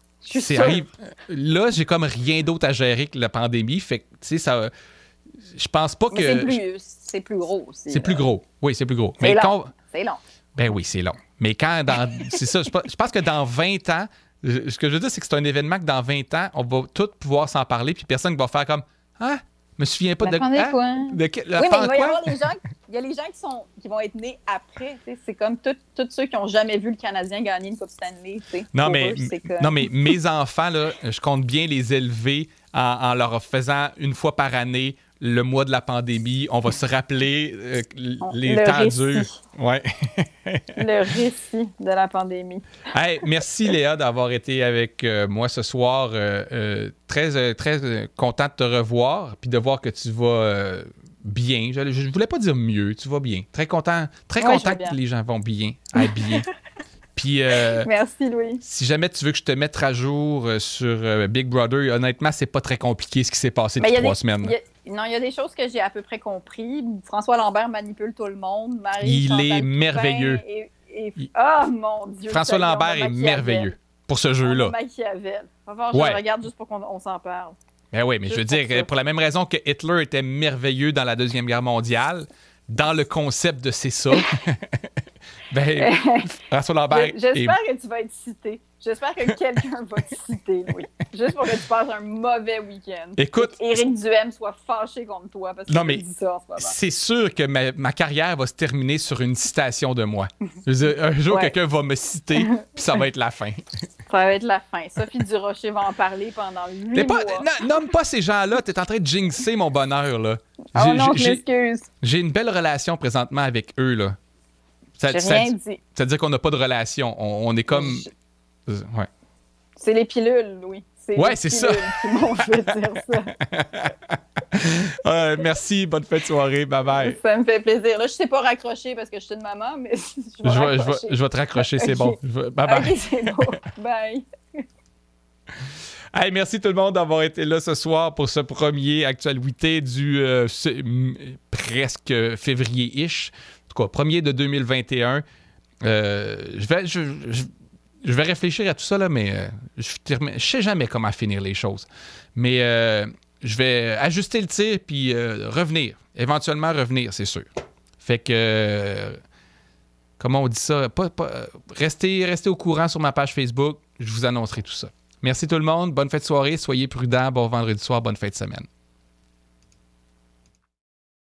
là, j'ai comme rien d'autre à gérer que la pandémie. Fait que, tu sais, ça... Je pense pas que... C'est plus gros aussi. C'est plus gros. Oui, c'est plus gros. C'est long. C'est long. Ben oui, c'est long. Mais quand c'est ça, je pense que dans 20 ans, ce que je veux dire, c'est que c'est un événement que dans 20 ans, on va tous pouvoir s'en parler, puis personne ne va faire comme « Ah, je me souviens pas de... Quoi? Oui, mais il va y avoir les gens... Il y a les gens qui vont être nés après. C'est comme tous ceux qui n'ont jamais vu le Canadien gagner une Coupe Stanley. Non, mais mes enfants, là, je compte bien les élever en leur faisant une fois par année le mois de la pandémie. On va se rappeler les temps durs. Ouais. Le récit de la pandémie. Hey, merci Léa d'avoir été avec moi ce soir. Très content de te revoir puis de voir que tu vas... bien. Je voulais pas dire mieux, tu vas bien. Très content que les gens vont bien, bien. Puis, merci Louis. Si jamais tu veux que je te mette à jour sur Big Brother, honnêtement, c'est pas très compliqué ce qui s'est passé depuis 3 semaines. Il y a des choses que j'ai à peu près compris. François Lambert manipule tout le monde. Il est merveilleux. Oh mon Dieu. François Lambert est merveilleux pour ce jeu-là. Machiavel. Je regarde juste pour qu'on s'en parle. Ben oui, mais je veux dire, pour la même raison que Hitler était merveilleux dans la Deuxième Guerre mondiale, dans le concept de c'est ça, ben, François Lambert... J'espère que tu vas être cité. J'espère que quelqu'un va te citer, Louis. Juste pour que tu passes un mauvais week-end. Écoute... Éric Duhaime soit fâché contre toi parce que tu dis ça en ce moment. C'est sûr que ma carrière va se terminer sur une citation de moi. Je veux dire, un jour, quelqu'un va me citer, puis ça va être la fin. Ça va être la fin. Sophie Durocher va en parler pendant 8 mois. Nomme pas ces gens-là. T'es en train de jinxer mon bonheur, là. Oh non, je m'excuse. J'ai une belle relation présentement avec eux, là. J'ai rien dit. Ça veut dire qu'on n'a pas de relation. On est comme... Ouais. C'est les pilules, Louis. C'est ça. Qui m'ont fait dire ça. Merci. Bonne fête de soirée. Bye-bye. Ça me fait plaisir. Là, je ne sais pas raccrocher parce que je suis une maman, mais je vais te raccrocher. C'est bon. Bye-bye. OK, c'est beau. Bye. Hey, merci tout le monde d'avoir été là ce soir pour ce premier actualité du presque février-ish. En tout cas, premier de 2021. Je vais réfléchir à tout ça, là, mais je sais jamais comment finir les choses. Mais je vais ajuster le tir puis revenir. Éventuellement revenir, c'est sûr. Fait que, comment on dit ça? Restez au courant sur ma page Facebook. Je vous annoncerai tout ça. Merci tout le monde. Bonne fête de soirée. Soyez prudents. Bon vendredi soir. Bonne fête de semaine.